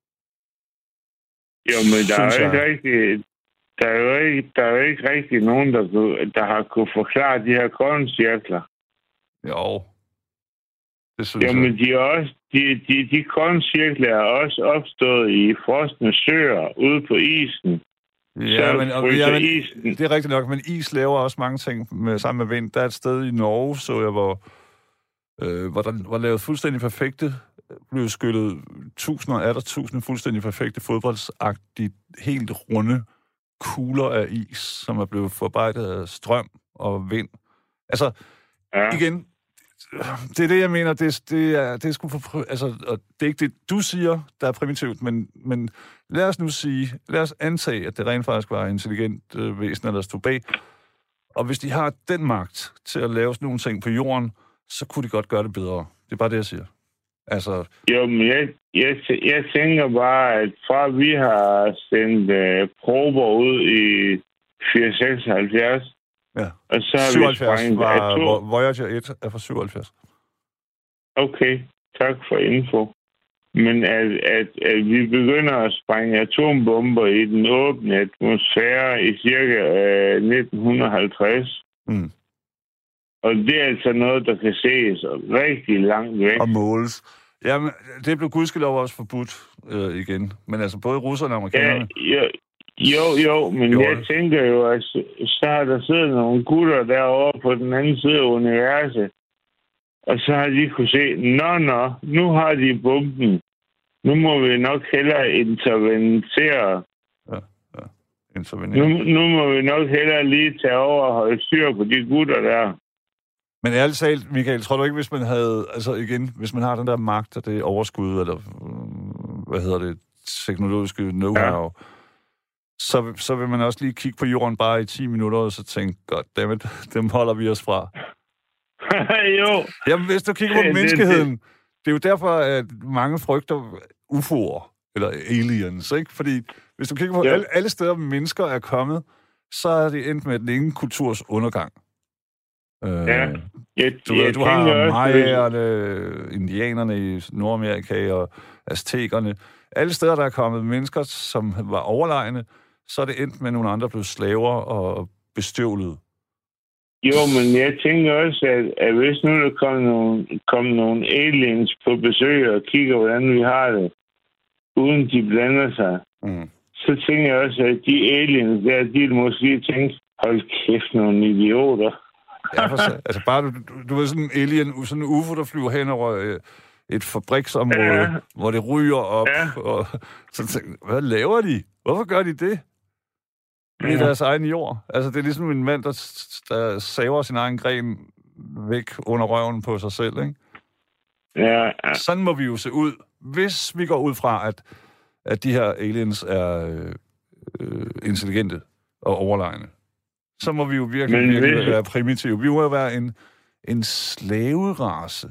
Jo, men der er jo ikke rigtig... Der er jo ikke, der er jo ikke rigtig nogen, der, der har kunne forklare de her korncirkler. Jo. Jamen, de, er også, de, de, de korncirkler er også opstået i frosne søer ude på isen. Ja, men, og, ja, men isen. Det er rigtigt nok, men is laver også mange ting med, sammen med vind. Der er et sted i Norge, så jeg, hvor, øh, hvor der var lavet fuldstændig perfekte, blev skyllet tusinder af der tusinder fuldstændig perfekte fodboldsagtige, helt runde kugler af is, som er blevet forarbejdet af strøm og vind. Altså, ja. igen... Det er det, jeg mener. Det, det, er, det er sgu for... Altså, og det er ikke det, du siger, der er primitivt, men, men lad os nu sige, lad os antage, at det rent faktisk var intelligent øh, væsen, eller stod bag. Og hvis de har den magt til at lave sådan nogle ting på jorden, så kunne de godt gøre det bedre. Det er bare det, jeg siger. Altså... Jo, men jeg, jeg, jeg tænker bare, at fra vi har sendt øh, prober ud i firs seksoghalvfjerds, ja. Og så har syvoghalvfjerds vi sprængt var atom... Voyager et er fra syvoghalvfjerds. Okay, tak for info. Men at, at, at vi begynder at sprænge atombomber i den åbne atmosfære i cirka øh, nitten halvtreds. Mm. Og det er altså noget, der kan ses rigtig langt væk. Og måles. Jamen, det blev gudskelov også forbudt øh, igen. Men altså både russerne og amerikanerne... Ja, ja, Jo, jo, men jo. Jeg tænker jo, at så har der siddet nogle gutter derovre på den anden side af universet, og så har de kunne se, nå, nå, nu har de bomben. Nu må vi nok hellere intervenere. Ja, ja. Intervenere. Nu, nu må vi nok hellere lige tage over og holde styr på de gutter der. Men ærligt talt, Michael, tror du ikke, hvis man havde, altså igen, hvis man har den der magt og det overskud, eller hvad hedder det, teknologiske know-how, ja. så, så vil man også lige kigge på jorden bare i ti minutter, og så tænke, goddammit, dem holder vi os fra. Jo. Jamen, hvis du kigger på ja, menneskeheden, det, det. det er jo derfor, at mange frygter U F O'er, eller aliens, ikke? Fordi hvis du kigger på ja. alle, alle steder, hvor mennesker er kommet, så er det endt med den ene kulturs undergang. Ja. Jeg, du ved, du har majerne, indianerne i Nordamerika og aztekerne. Alle steder, der er kommet mennesker, som var overlegne, så er det endt med nogle andre blevet slaver og bestøvlede. Jo, men jeg tænker også, at, at hvis nu der kommer nogle, kommer nogle aliens på besøg og kigger, hvordan vi har det, uden de blander sig, mm. så tænker jeg også, at de aliens der, de måske tænke, hold kæft, nogle idioter. Ja, for, altså bare, du, du ved, sådan en alien, sådan en U F O, der flyver hen over øh, et fabriksområde, ja. hvor det ryger op, ja. og så tænker hvad laver de? Hvorfor gør de det? I ja. deres egen jord. Altså, det er ligesom en mand, der, der saver sin egen gren væk under røven på sig selv, ikke? Ja, ja. Sådan må vi jo se ud, hvis vi går ud fra, at, at de her aliens er øh, intelligente og overlegne. Så må vi jo virkelig, men, virkelig være primitive. Vi må jo være en, en slaverace.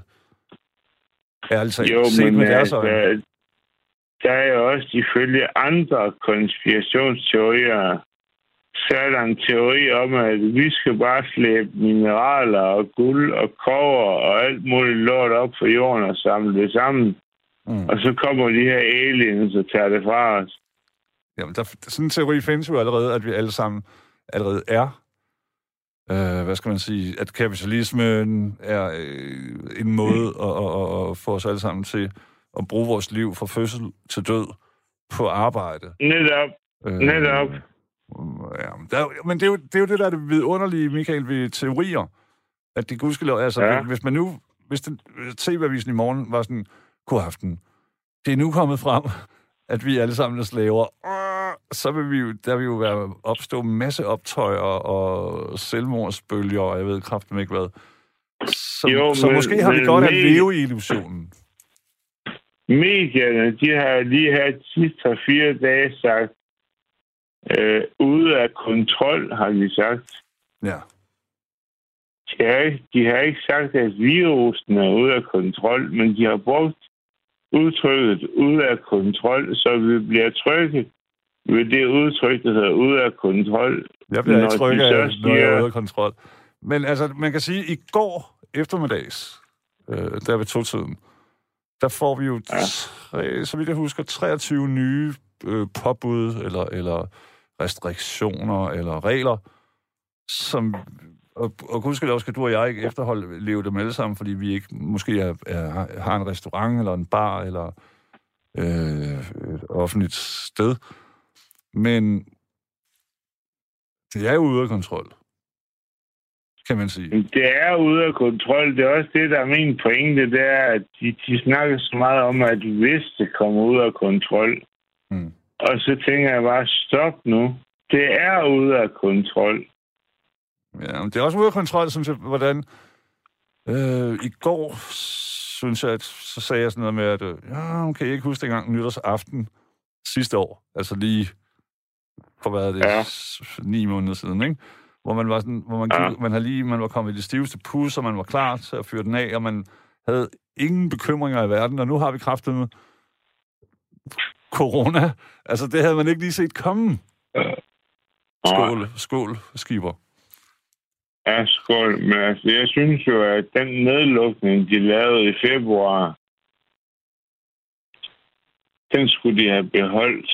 Altså, jo, set men med deres der, øjne. der er jo også ifølge andre konspirationsteorier, så er der en teori om, at vi skal bare slæbe mineraler og guld og kobber og alt muligt lort op for jorden og samle det sammen. Mm. Og så kommer de her aliens og tager det fra os. Jamen, der, sådan en teori findes jo allerede, at vi alle sammen allerede er. Øh, hvad skal man sige? At kapitalismen er øh, en måde at, at, at få os alle sammen til at bruge vores liv fra fødsel til død på arbejde. Netop. Øh, Netop. Ja, der, men det er, jo, det er jo det, der er det vidunderlige, Michael, ved teorier. At det gudskelov, altså, ja. hvis man nu, hvis den T V-avisen i morgen var sådan, god aften, det er nu kommet frem, at vi alle sammen er slaver, så vil vi jo, der vil jo være opstå masse optøjer og selvmordsbølger, og jeg ved kraften ikke hvad. Så, jo, så men, måske har vi godt at leve i illusionen. Medierne, de har lige her de sidste fire dage sagt, øh, ude af kontrol, har de sagt. Ja. De har, ikke, de har ikke sagt, at virusen er ude af kontrol, men de har brugt udtrykket ude af kontrol, så vi bliver trygge ved det udtryk, der hedder ude af kontrol. Jeg bliver ikke trygge af, når jeg er ude af kontrol. Men altså, man kan sige, at i går eftermiddags, øh, der ved to-tiden, der får vi jo, ja. tre, så vidt jeg husker, treogtyve nye øh, påbud, eller, eller restriktioner, eller regler, som, og, og gudskelov skal du og jeg ikke efterholde leve dem alle sammen, fordi vi ikke måske er, er, har en restaurant, eller en bar, eller øh, et offentligt sted. Men det er jo ude af kontrol, kan man sige. Det er ude af kontrol. Det er også det, der er min pointe, det er, at de, de snakker så meget om, at hvis det kommer ud af kontrol. Mm. Og så tænker jeg bare, stop nu. Det er ude af kontrol. Ja, men det er også ude af kontrol, synes jeg, hvordan... Øh, I går, synes jeg, at så sagde jeg sådan noget med, at ja, okay, jeg ikke huske dengang nytårsaften sidste år. Altså lige... for hvad er det, ja. ni måneder siden, ikke? Hvor man var sådan, hvor man, ja. man har lige, man var kommet i det stiveste pus, og man var klar til at fyre den af, og man havde ingen bekymringer i verden, og nu har vi kraftet med corona. Altså, det havde man ikke lige set komme. Ja. Skål, skål, Skipper. Ja, skål. Men altså, jeg synes jo, at den nedlukning, de lavede i februar, den skulle de have beholdt.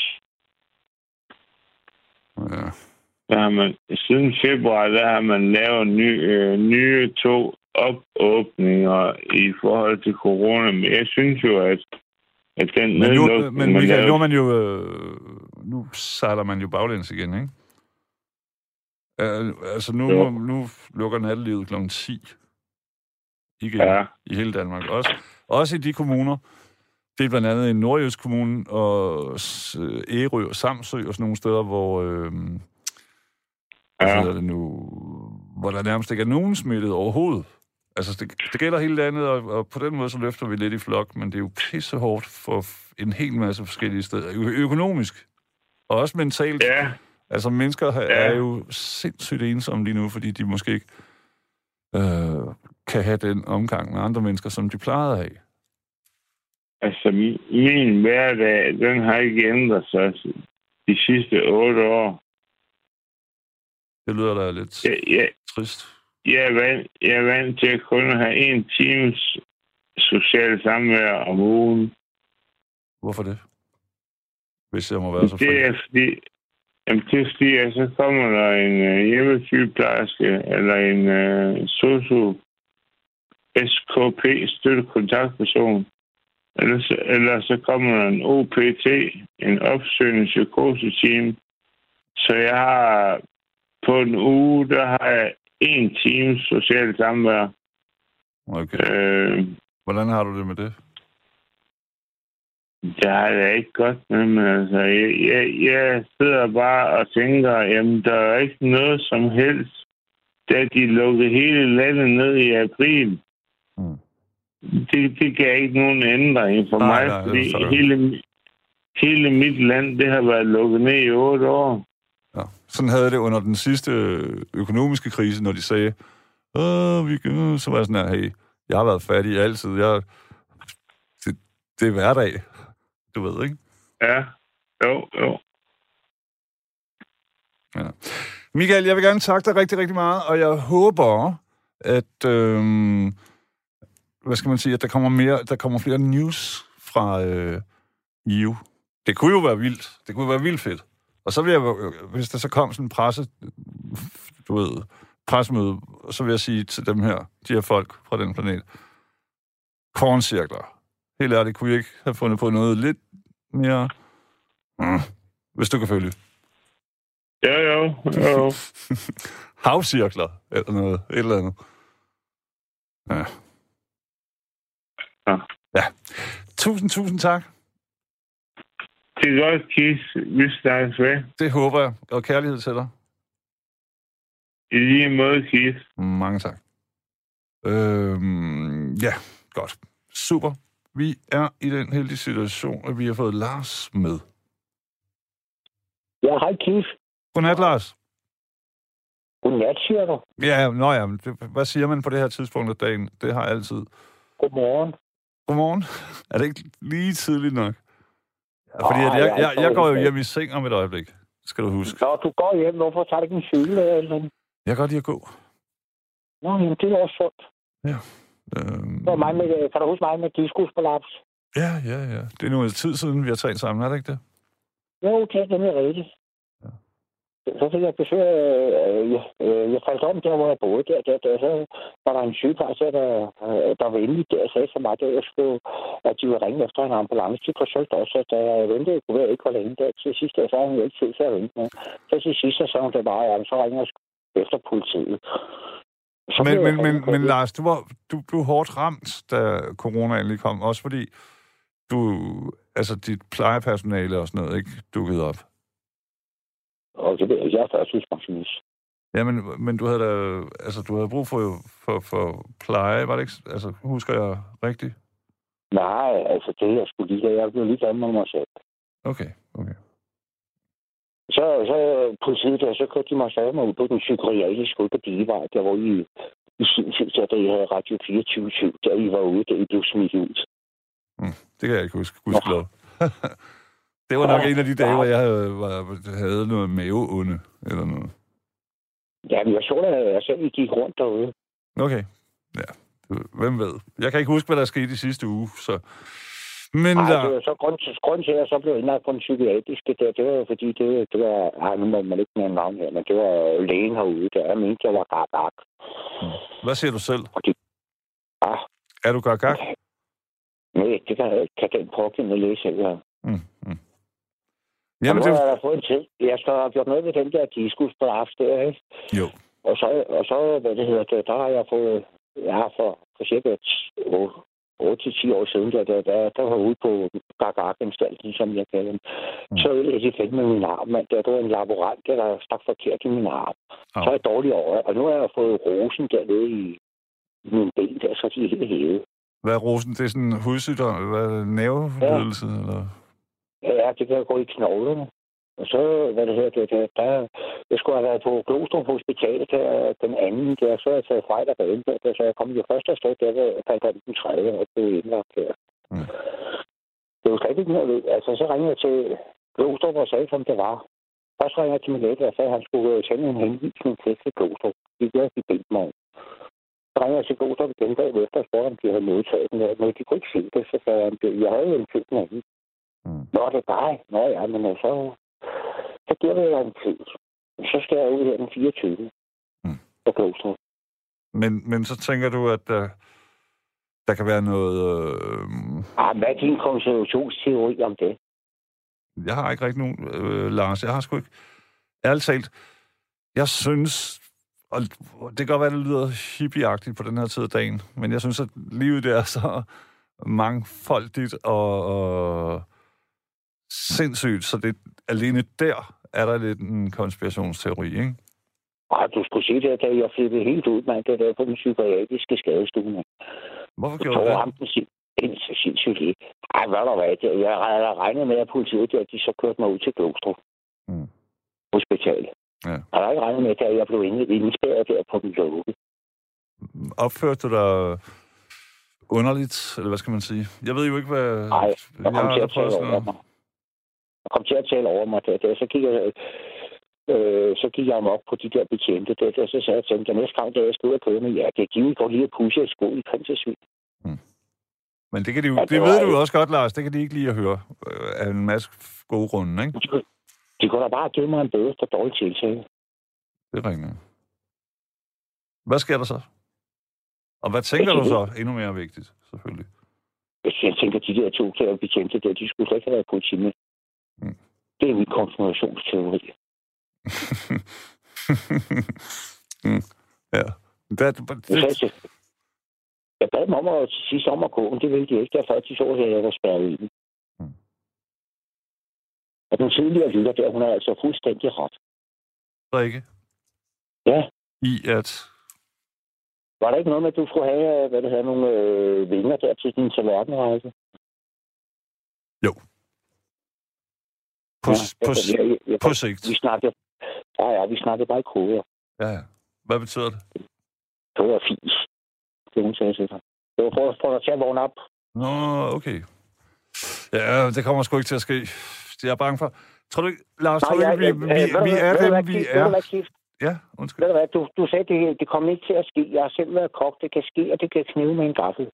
Ja. Der har man, siden februar, der har man lavet ny, øh, nye to opåbninger i forhold til corona. Men jeg synes jo, at, at den men nu, men Michael, lavede... nu har man jo, øh, nu sejler man jo baglæns igen, ikke? Uh, altså, nu, må, nu lukker nattelivet klokken ti. Igen. Ja. I hele Danmark. Også, også i de kommuner. Det er blandt andet en nordjysk kommune, og Ærø og Samsø og sådan nogle steder, hvor... Øh, ja. Hvad det nu, hvor der nærmest ikke er nogen smittet overhovedet. Altså, det, det gælder hele landet, og, og på den måde så løfter vi lidt i flok, men det er jo pissehårdt for en hel masse forskellige steder. Ø- økonomisk, og også mentalt. Ja. Altså, mennesker ja. er jo sindssygt ensomme lige nu, fordi de måske ikke øh, kan have den omgang med andre mennesker, som de plejede at have. Altså, min hverdag, den har ikke ændret sig de sidste otte år. Det lyder da lidt ja, ja. trist. Jeg er, vant, jeg er vant til at kun have en times social samvær om ugen. Hvorfor det? Hvis jeg må være så fri. Det er fordi, jamen, det er fordi, at så kommer der en uh, hjemmesygeplejerske eller en uh, sosu S K P støttekontaktperson. Eller så, eller så kommer der en O P T, en opsøgende psykoseteam. Så jeg har på en uge, der har jeg en times socialt samvær. Okay. Øh, Hvordan har du det med det? Det har jeg ikke godt med, men altså, jeg, jeg, jeg sidder bare og tænker, jamen, der er ikke noget som helst, da de lukkede hele landet ned i april. Mm. Det, det gav ikke nogen ændring for nej, mig, nej, fordi hele, hele mit land, det har været lukket ned i otte år. Ja. Sådan havde det under den sidste økonomiske krise, når de sagde, Åh, vi, så var jeg sådan her, hey, jeg har været fattig altid. Jeg, det, det er hverdag, du ved, ikke? Ja, jo, jo. Ja. Michael, jeg vil gerne takke dig rigtig, rigtig meget, og jeg håber, at, øhm, hvad skal man sige, at der kommer mere, der kommer flere news fra øh, E U. Det kunne jo være vildt. Det kunne være vildt fedt. Og så vil jeg, hvis der så kom sådan en presse, du ved, pressemøde, så vil jeg sige til dem her, de her folk fra den planet, korncirkler. Helt ærligt, kunne I ikke have fundet på noget lidt mere, mm, hvis du kan følge. Ja, jo, jo. Havcirkler, eller noget, et eller andet. Ja. Ja. Ja. Tusind, tusind tak. Det er godt, Keith. Vi snakkes ved. Det håber jeg. Og kærlighed til dig. I lige måde, Keith. Mange tak. Øhm, ja, godt. Super. Vi er i den heldige situation, at vi har fået Lars med. Ja, hej Keith. Godnat, Lars. Godnat, siger du? Ja, nå ja, men det, hvad siger man på det her tidspunkt af dagen? Det har jeg altid. Godmorgen. Godmorgen. Er det ikke lige tidligt nok? Ja, fordi at jeg, jeg, jeg går jo hjem i seng om et øjeblik, skal du huske. Nå, du går hjem. Hvorfor tager du ikke en cykel eller noget? Jeg kan godt lide at gå. Nå, jamen, det er også sundt. Ja. Øhm... Det var mig med, kan du huske mig med diskusprolaps? Ja, ja, ja. Det er noget tid siden, vi har talt sammen, er det ikke det? Jo, det er nemlig rigtigt. Ja. Så fik jeg besøg af, øh, øh, jeg faldt om der, hvor jeg boede der, der, der så var der en sygeplejerske, der, der var endelig der og sagde til mig, at jeg skulle, at de ville ringe efter en ambulance. De forsøgte også, at da jeg ventede, kunne jeg ikke holde længe der. Til sidst, så havde hun jo ikke tid til at vente med. Så til sidst, så sagde hun det bare, at så ringer jeg efter politiet. Så men, men, men, men Lars, du var, du blev hårdt ramt, da corona endelig kom. Også fordi du, altså dit plejepersonale og sådan noget, ikke dukkede op. Og det er jeg førtidspensionist. Ja, men, men du havde da, altså du havde brug for, for, for pleje, var det ikke? Altså, husker jeg rigtigt? Nej, altså det jeg skulle lige, jeg blev lige glad med mig selv. Okay, okay. Så, så politiet der, så kørte de mig stadig mig ud på den psykiatriske ude på Bilevej, der var i, i sin tid, så da jeg havde Radio fireogtyve syv, der I var ude, der I blev smidt ud. Mm, det kan jeg ikke huske, gudskelov. Det var nok ja, en af de dage, ja. hvor jeg havde, var, havde noget maveonde, eller noget. Ja, men jeg så da, jeg selv gik rundt derude. Okay, ja. Hvem ved? Jeg kan ikke huske, hvad der skete i sidste uge, så... Men Ej, der... det var så grund til, grund til, at jeg så blev indlagt på den psykiatriske der, det var fordi, det, det var... Ej, nu må man ikke med en navn her, men det var lægen herude, der jeg mente, jeg var gak-gak. Hvad siger du selv? De... Ja. Er du gak-gak? Nej, det kan, kan den pågældende læge selv, ja. Mm, mm. Jamen, det... Nu har jeg fået en til. Jeg skal have gjort noget ved den der diskus på aften, ikke? Jo. Og så, og så, hvad det hedder, der har jeg fået... Jeg har for, for cirka otte til ti år siden, der, der, der, der var ude på Gagaganstalten, som jeg kalder den. Mm. Så er jeg fik med min arm, mand. Der, der var en laborant, der, der stak forkert i min arm. Oh. Så er jeg dårlig over. Og nu har jeg fået rosen dernede i, i min ben, der, så de er helt hævet. Hvad er rosen? Det er sådan en hudsygdom? Hvad er det? Nervelidelse? Ja. Eller? Ja, det kan gå i knoglerne. Og så, hvad det hedder, det, det, der, jeg skulle have været på Glostrup Hospital, der, den anden, der, så er jeg taget fejl af banen, der, så jeg kom jo først afsted, der var jeg den tredje, og det blev indlagt der. Mm. Det var slet ikke noget ved. Altså, så ringede jeg til Glostrup og sagde, som det var. Først ringede jeg til min læge, og sagde, at han skulle sende en henvisning til til Glostrup. Det gør de bedt mig om. Så ringede jeg til Glostrup igen dag efter og spurgte, om de havde modtaget den der. Men de kunne ikke se det, så sagde han, jeg havde jo en fed den anden. Mm. Nå, det er dig. Nå ja, men så... Så giver det jo en tid. Så skal jeg ud her den fireogtyvende Mm. På Glostrup. Men, men så tænker du, at der, der kan være noget... Øh... Ah, hvad er din konservationsteori om det? Jeg har ikke rigtig nogen, øh, Lars. Jeg har sgu ikke... Ærligt talt, jeg synes... Og det kan godt være, det lyder hippieagtigt på den her tid af dagen, men jeg synes, at livet der er så mangfoldigt og... og sindssygt, så det alene der er der lidt en konspirationsteori, ikke? Ah, du skulle se det, da jeg flippede helt ud, mand, det der på den psykiatriske skadestue. Hvorfor gjorde du det? Ham den så sindssygt ikke. Ej, hvad der var det? Jeg havde regnet med, at politiet der, de så kørte mig ud til Glostrup. Mm. Hospitalet. Ja. Jeg havde ikke regnet med, at jeg blev indspærret der på den lukke. Opførte du dig underligt, eller hvad skal man sige? Jeg ved jo ikke, hvad... Nej, jeg kom til at tale over mig. Jeg kom til at tale over mig, der, der. Så gik jeg, øh, så gik jeg om op på de der betjente, der, der. Så sagde jeg til dem, næste gang, da jeg skal ud og køre med jer, det er givet godt lige at pushe et sko i prinsesvin. Hmm. Men det, kan de jo, ja, det, det ved du jo også godt, Lars. Det kan de ikke lige at høre af en masse gode grunde, ikke? De, de kunne da bare give mig en bøde for dårlig tiltale. Det er rigtigt. Hvad sker der så? Og hvad tænker du så? Endnu mere vigtigt, selvfølgelig. Jeg tænker, at de der to der betjente der, de skulle slet ikke have været politiet. Mm. Det er min konspirationsteori. mm. Ja. Det, det, det... Jeg, jeg bad dem om at sidst om at gå, men det ville de ikke, derfor de så, at jeg var spærret i den. Mm. Og den tidligere lytter der, hun er altså fuldstændig ret. Rikke? Ja. I at... Var der ikke noget med, at du skulle have, hvad det hedder, nogle øh, vinger der til din tallerkenrejse? Jo. På, ja, på, jeg, jeg, jeg, på sigt. Vi snakker, ja, ja, vi snakker bare i koder. Ja, ja. Hvad betyder det? Det var fis. Det hun sagde til dig. Det var for at få dig til at vågne op. Nå, okay. Ja, det kommer sgu ikke til at ske. Jeg er bange for... Tror du ikke, Lars, Nej, tror du ikke, vi, vi, vi, vi er dem, vi er... Ja, undskyld. Ved du hvad, du, du sagde, det, det kommer ikke til at ske. Jeg har selv været kok. Det kan ske, og det kan knive med en gaffel.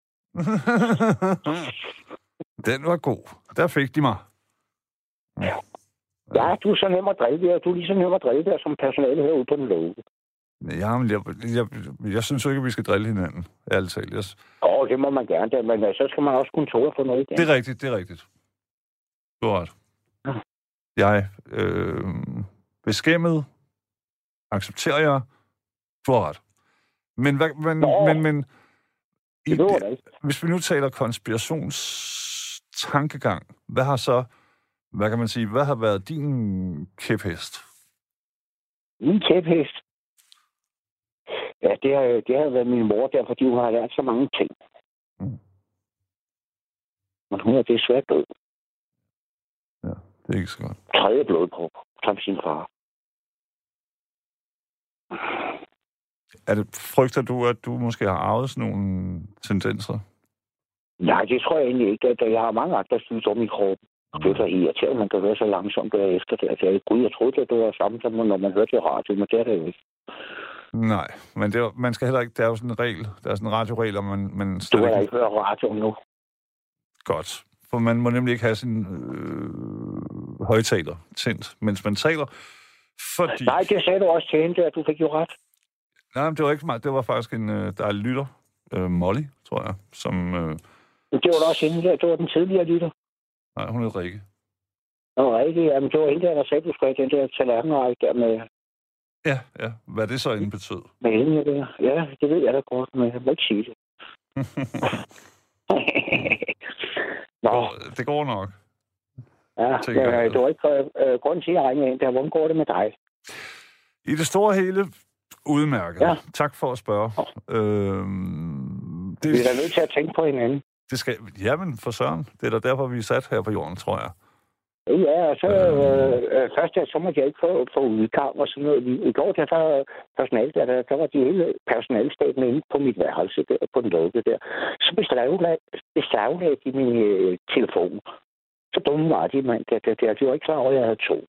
Den var god. Der fik de mig. Ja. Ja, du er så nem at drille der. Du er lige så nem at drille der som personale herude på den låge. Ja, men jeg, jeg, jeg, jeg synes jo ikke, at vi skal drille hinanden. Ærligt talt. Yes. Åh, oh, det må man gerne da, men så skal man også kunne tåle at få noget igen. Det er rigtigt, det er rigtigt. Du har ret. Ja. Jeg øh, beskæmmet accepterer jeg. Du har ret. Men, hvad, men, Nå, men, men i, hvis vi nu taler konspirationstankegang, hvad har så, hvad kan man sige, hvad har været din kæphest? Min kæphest? Ja, det har, det har været min mor der, fordi hun har lært så mange ting. Mm. Men hun er desværre død. Ja, det er ikke så godt. Tredje blodprop, som sin far. Er det, frygter du, at du måske har arvet sådan nogle tendenser? Nej, det tror jeg egentlig ikke. At jeg har mange andre sygdomme i kroppen. Det er så irriterende, man kan være så langsomt efter det. Altså, jeg, gud, jeg troede, at det var samme som når man hørte det radio, men det er det jo ikke. Nej, men det er, man skal heller ikke... Der er jo sådan en regel. Der er sådan en radioregel, og man... man du har ikke hørt radio nu. Godt. For man må nemlig ikke have sin øh, højtaler tændt, mens man taler. Fordi... Nej, det sagde du også til hende, at du fik jo ret. Nej, det var ikke meget. Det var faktisk en... Øh, der er lytter. Øh, Molly, tror jeg, som... Øh... Det var da også hende der. Det var den tidligere lytter. Nej, hun hed Rikke. Nå, rigtig. Jamen, det var hende der, der sagde, du skulle have den der tallerkenrække der med... Ja, ja. Hvad det så inden betød? Med hende der. Ja, det ved jeg da godt, men jeg må ikke sige det. Nå. Det går nok. Ja, det, det var ikke uh, grund til at regne ind der. Hvordan går det med dig? I det store hele udmærket. Ja. Tak for at spørge. Øhm, det, vi er da nødt til at tænke på hinanden. Det skal, jamen, for søren. Det er da derfor, vi er sat her på jorden, tror jeg. Ja, og så øh, øh, først der, så måtte jeg ikke få, få udgang og sådan noget. I går, der var personale, der, der, der var de hele personalstaten inde på mit værelse der, på den lukke der. Så beslaglagde de min øh, telefon. Så dumme var de, mand. Det, det, det, de var ikke klar over, at jeg havde to.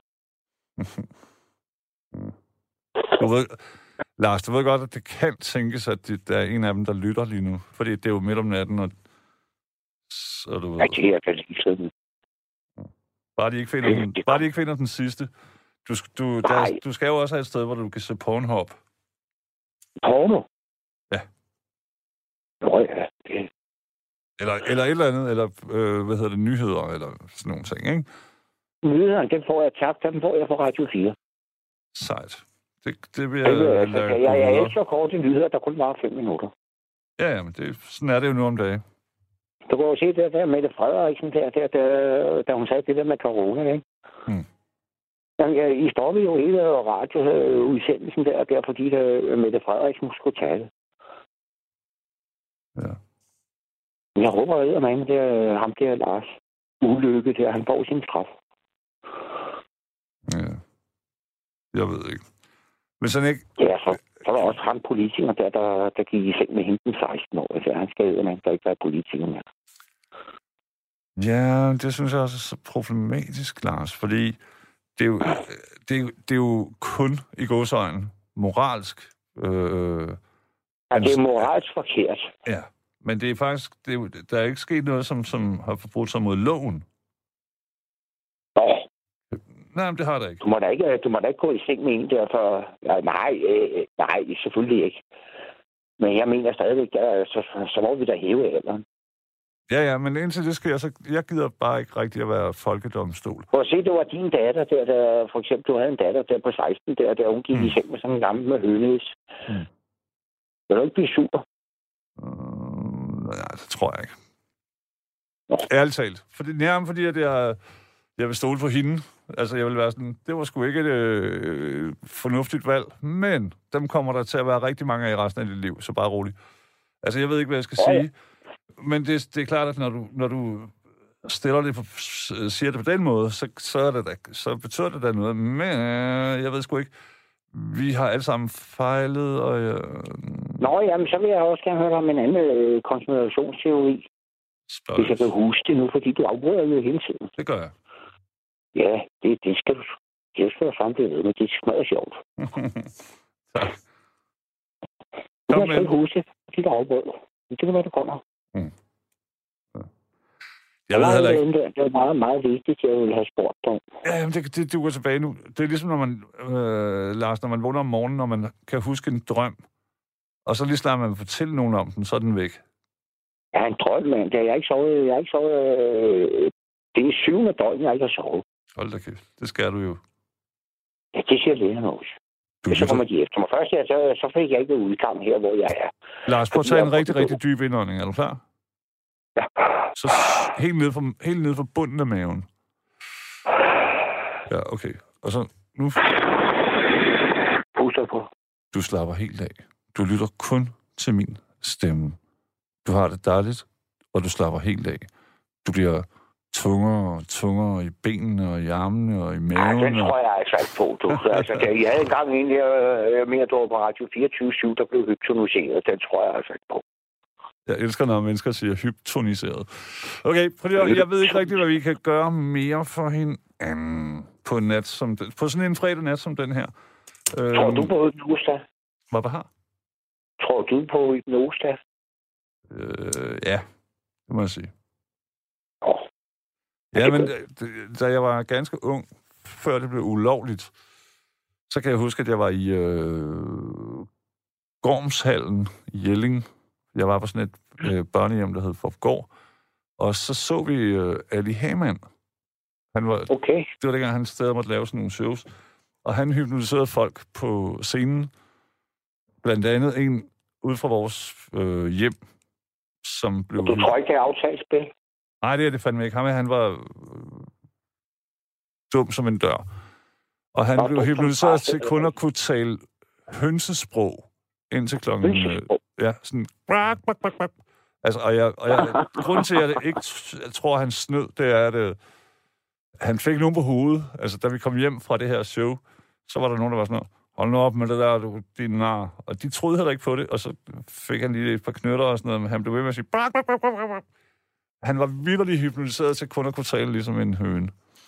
Du ved, Lars, du ved godt, at det kan tænkes, at det, der er en af dem, der lytter lige nu. Fordi det er jo midt om natten, og så du ved... Ja, det er jeg lige sådan. Bare de ikke finder den, bare de ikke finder den sidste. Du, du, der, du skal jo også have et sted, hvor du kan se Pornhub. Porno? Ja. Nå ja, det... Eller, eller et eller andet, eller øh, hvad hedder det, nyheder, eller sådan nogle ting, ikke? Nyhederne, den får jeg tak, den får jeg på Radio fire. Sejt. Det, det vil jeg... Det, jeg, jeg, jeg, jeg elsker korte nyheder, der kun var fem minutter. Ja, ja, men det, sådan er det jo nu om dagen. Du kan jo se det der Mette Frederiksen, der, der, der, der hun sagde det der med corona, ikke? Hmm. Jamen, I stoppede jo hele radioudsendelsen der, der fordi der, Mette Frederiksen skulle tale. Ja. Jeg håber, at man der, ham der Lars Ulykke der, han får sin straf. Ja. Jeg ved ikke. Hvis han ikke... Ja, så, så var der også ham politiker der, der, der gik i seng med hende den seksten år. Altså, han skal jo, man kan ikke være politiker mere. Ja, det synes jeg også er så problematisk, Lars, fordi det er jo, det er jo, det er jo kun i gåseøjne moralsk. Øh, ja, det er moralsk forkert. Ja, men det er faktisk, det er, der er ikke sket noget, som, som har forbrudt sig mod loven. Nå. Nej, men det har der ikke. Du må da ikke, du må da ikke gå i seng med en der for... Ja, nej, øh, nej, selvfølgelig ikke. Men jeg mener stadigvæk, der, så, så må vi da hæve alderen. Ja, ja, men indtil det sker, så jeg gider bare ikke rigtig at være folkedomstol. Prøv at se, det var din datter der, der, for eksempel, du havde en datter der på seksten, der, der hun gik mm. i seng med sådan en gammel med hønæs. Mm. Vil du ikke blive sur? Uh, nej, det tror jeg ikke. Nå. Ærligt talt. Fordi, nærmere fordi, at jeg, jeg vil stole på hende. Altså, jeg vil være sådan, det var sgu ikke et øh, fornuftigt valg, men dem kommer der til at være rigtig mange af i resten af dit liv, så bare roligt. Altså, jeg ved ikke, hvad jeg skal ja, sige, men det, det er klart, at når du, når du stiller det på, siger det på den måde, så, så, er det da, så betyder det da noget, men jeg ved sgu ikke, vi har alle sammen fejlet, og... Øh... Nå, jamen, så vil jeg også gerne høre om en anden øh, konspirationsteori. Spørg. Hvis jeg kan huske det nu, fordi du afbryder jo hele tiden. Det gør jeg. Ja, det, det skal du det skal du samtidig ved, men det er smadret sjovt. Tak. Du kan ikke huske det, fordi du afbryder. Det kan være, det kommer. Mm. Ja. Jeg ved heller ikke... Det er meget, meget vigtigt, jeg vil have spurgt dig. Ja, jamen, det, det duer tilbage nu. Det er ligesom, når man, øh, Lars, når man vågner om morgenen, og man kan huske en drøm, og så lige snart man fortælle nogen om den, så er den væk. Ja, en drøm, mand. Jeg har ikke sovet... Jeg har ikke sovet øh, det er syvende døgn, jeg ikke har sovet. Hold da kæft. Det skal du jo. Ja, det siger lægerne også. Du så kommer de efter mig. Først, ja, så, så fik jeg ikke udgang her, hvor jeg er. Lars, prøv at tage en rigtig, rigtig dyb indånding. Er du klar? Ja. Så helt ned fra, helt ned fra bunden af maven. Ja, okay. Og så nu... Puster på. Du slapper helt af. Du lytter kun til min stemme. Du har det dejligt, og du slapper helt af. Du bliver tungere og tungere i benene og i armene og i maven. Ja, den tror jeg altså ikke på, du. Altså, jeg havde engang en, jeg mere dog på Radio fireogtyve syv, der blev hypnotiseret. Den tror jeg altså ikke på. Jeg elsker, når mennesker siger hypnotiseret. Okay, prøv lige, jeg ved ikke rigtigt, hvad vi kan gøre mere for hinanden på en nat som den, på sådan en fredag nat som den her. Tror du på hypnose? Hvad har? Tror du på hypnose? Øh, ja, det må jeg sige. Åh. Ja, men da jeg var ganske ung, før det blev ulovligt, så kan jeg huske, at jeg var i øh, Gormshallen i Jelling. Jeg var på sådan et øh, børnehjem, der hed Fopgård. Og så så vi øh, Ali Hamann Han var, Okay. Det var dengang, han stadig måtte lave sådan nogle shows. Og han hypnotiserede folk på scenen. Blandt andet en ude fra vores øh, hjem, som blev... Du tror ikke, det er aftalt spil? Nej, det er det fandme ikke. Ham, han var øh, dum som en dør. Og han Nå, blev hypnotiseret til kun at kunne tale hønsesprog indtil klokken... Øh, ja, sådan... Altså, og jeg, og jeg, grunden til, at jeg ikke jeg tror, han snød, det er, at øh, han fik nogen på hovedet. Altså, da vi kom hjem fra det her show, så var der nogen, der var sådan noget, hold nu op med det der, du, din nar. Og de troede heller ikke på det, og så fik han lige et par knytter og sådan noget, men han blev ved med at sige... Brak, brak, brak, brak, brak. Han var virkelig hypnotiseret til kun at kunne tale ligesom en høne.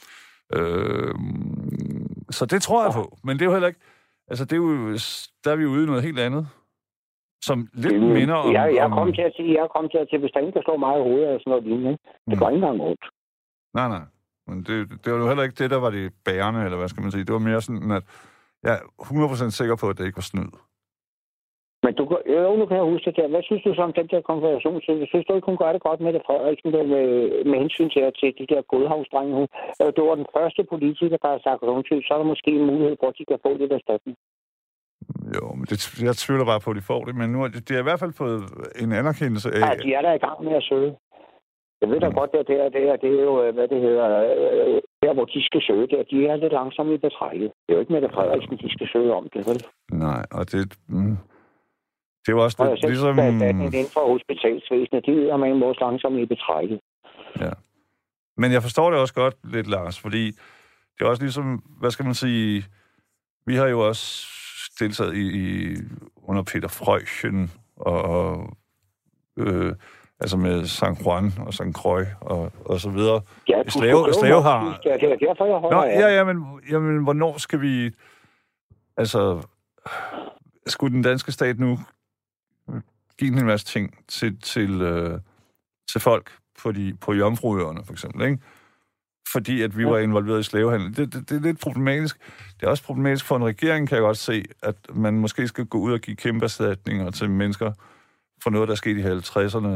Øh, så det tror jeg på. Men det er jo heller ikke... Altså, det er jo... Der er vi ude i noget helt andet, som lidt mm, minder om... Jeg, jeg om... kom til at sige, jeg kom til at sige, hvis der ikke slår meget i hovedet og sådan noget lignende, det går ikke engang ondt. Nej, nej. Men det, det var jo heller ikke det, der var det bærende, eller hvad skal man sige. Det var mere sådan, at jeg er hundrede procent sikker på, at det ikke var snyd. Men du, jo, nu kan jeg huske det der. Hvad synes du så om den der konfederation? Synes du ikke, hun gør det godt med det, Frederiksen, der med, med hensyn til, til de der godhavsdrenge? Det var den første politiker, der har sagt undskyld. Så er der måske en mulighed for, at de kan få det der erstatning. Jo, men det, jeg tvivler bare på, at de får det. Men nu er det, det er i hvert fald fået en anerkendelse af... Ja, de er der i gang med at søge. Jeg ved da mm. godt, at det er, det, er, det er jo, hvad det hedder, der hvor de skal søge der, de er lidt langsomme i betrækket. Det er jo ikke med, at Frederiksen, de skal søge om det, vel? Nej, og det... Mm, det er jo også... Og det, jeg ligesom... synes, at inden for hospitalsvæsenet, de er med en måde langsomme i betrækket. Ja. Men jeg forstår det også godt lidt, Lars, fordi det er også ligesom, hvad skal man sige... Vi har jo også deltaget i, i under Peter Freuchen og... Øh, altså med Sankt Juan og Sankt Croix og, og så videre. Ja, Slave, slave har... Ja, det er derfor, jeg holder Nå, af. ja, ja, men, jamen, hvornår skal vi... Altså, skulle den danske stat nu give en hel masse ting til, til, øh, til folk på, de, på Jomfruøerne, for eksempel, ikke? Fordi at vi ja. var involveret i slavehandel. Det, det, det er lidt problematisk. Det er også problematisk for en regering, kan jeg godt se, at man måske skal gå ud og give kæmpe erstatninger til mennesker for noget, der er sket i halvtredserne.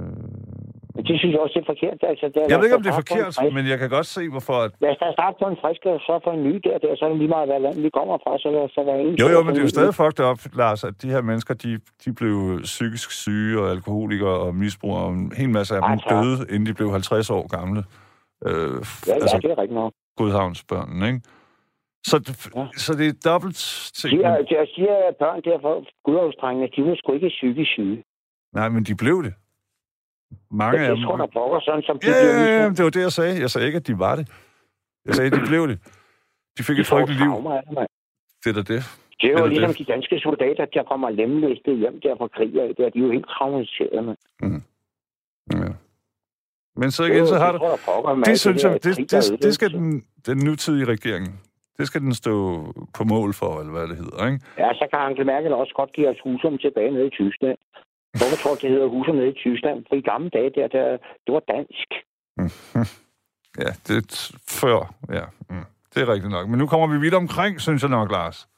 Det synes jeg også, det er forkert. Altså, der, jeg ved ikke, om det er forkert, men jeg kan godt se, hvorfor... At... Lad os da starte på en frisk, og så for en ny der, der så er det lige meget, hvad land vi kommer fra, så der så der en... Jo, jo, men det er jo stadig fucked up, Lars, at de her mennesker, de, de blev psykisk syge og alkoholikere og misbrugere, og en hel masse af dem altså. døde, inden de blev halvtreds år gamle. Øh, ja, altså, ja, det er rigtigt nok. Godhavnsbørnene, ikke? Så det, ja. så det er dobbelt ting. Jeg siger, at børn derfor, Godhavnsdrengene, de var sgu ikke psykisk syge. Nej, men de blev det. Mange af dem... Det tror der pokker sådan, som de ja, blev ja, ja, det var det, jeg sagde. Jeg sagde ikke, at de var det. Jeg sagde, at de blev det. De fik de et frygteligt liv. Det er da det. Det er jo ligesom det. De danske soldater, der kommer lemlæstet hjem der fra krig af. De er jo helt traumatiserede, mand. Mm. Ja. Men så igen, så har du... Det, det synes jeg, det, det, det skal den, den nutidige regering, det skal den stå på mål for, eller hvad det hedder, ikke? Ja, så kan Angela Merkel også godt give os Husum tilbage nede i Tyskland. Hvorfor tror du, det hedder Husum nede i Tyskland? For i gamle dage, der, der, det var dansk. Ja, det er før, ja. Mm. Det er rigtigt nok. Men nu kommer vi vidt omkring, synes jeg nok, Lars.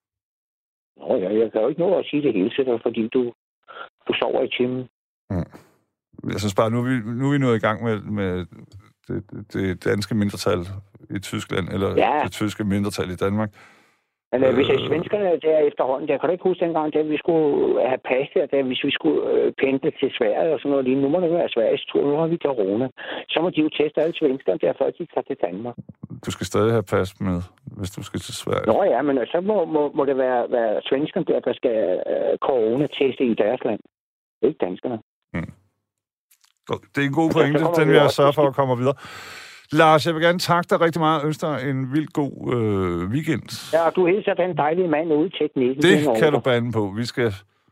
Nå ja, jeg kan jo ikke nå at sige det hele til dig, fordi du, du sover i timen. Mm. Jeg synes bare, nu er vi, nu er vi nået i gang med, med det, det danske mindretal i Tyskland, eller ja. det tyske mindretal i Danmark. Men øh, hvis øh, svenskerne der efterhånden, der kan du ikke huske dengang, da vi skulle have pas der, der, hvis vi skulle øh, pendle til Sverige og sådan noget lige. Nu må det være Sveriges tur, nu har vi corona. Så må de jo teste alle svenskerne, der før de tager til Danmark. Du skal stadig have pas med, hvis du skal til Sverige. Nå ja, men så må, må, må det være, være svenskerne der, der skal øh, corona-teste i deres land. Ikke danskerne. Hmm. Det er en god pointe, den vil jeg sørge for at komme videre. Lars, jeg vil gerne takke dig rigtig meget og ønske dig en vildt god øh, weekend. Ja, du hilser den dejlige mand ude i teknikken. Det kan du bande på. Vi skal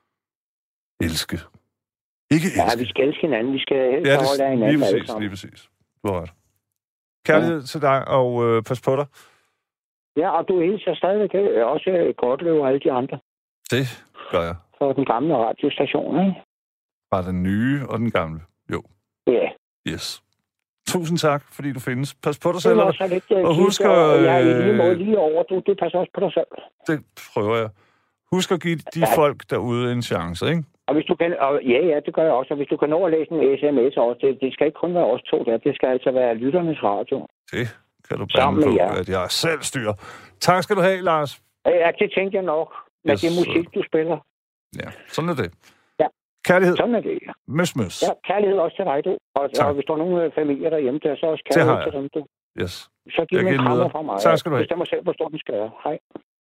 elske. Ikke elske. Ja, vi skal elske hinanden. Vi skal helst ja, holde af hinanden. Lige præcis, lige præcis. Du har ret. Kærlighed ja. til dig, og øh, pas på dig. Ja, og du hilser stadigvæk også Kortløv og alle de andre. Det gør jeg. For den gamle radiostation, ikke? Fra den nye og den gamle. Jo. Ja. Yes. Tusind tak, fordi du findes. Pas på dig selv. Det var lidt, og husk at... Jeg er i lige måde lige over. Du, du passer også på dig selv. Det prøver jeg. Husk at give de ja. folk derude en chance, ikke? Og hvis du kan... Og ja, ja, det gør jeg også. Og hvis du kan nå at læse en sms også, det, det skal ikke kun være os to der. Det skal altså være lytternes radio. Det kan du Sammen bande med på, jer. at jeg selv styrer. Tak skal du have, Lars. Ja, det tænker jeg nok. Med Yes, det musik, du spiller. Ja, sådan er det. Ja. Kærlighed. Sådan er det, ja. Møs, møs. Ja, kærlighed også til dig, du. Og, Tak. og hvis der er nogle familier derhjemme, der er så også Det har kærlighed jeg. til dem, du. Yes. Så giv Jeg mig giver en den krammer videre. fra mig. Tak skal du have. Jeg bestemmer selv, hvor stor den skal være. Hej.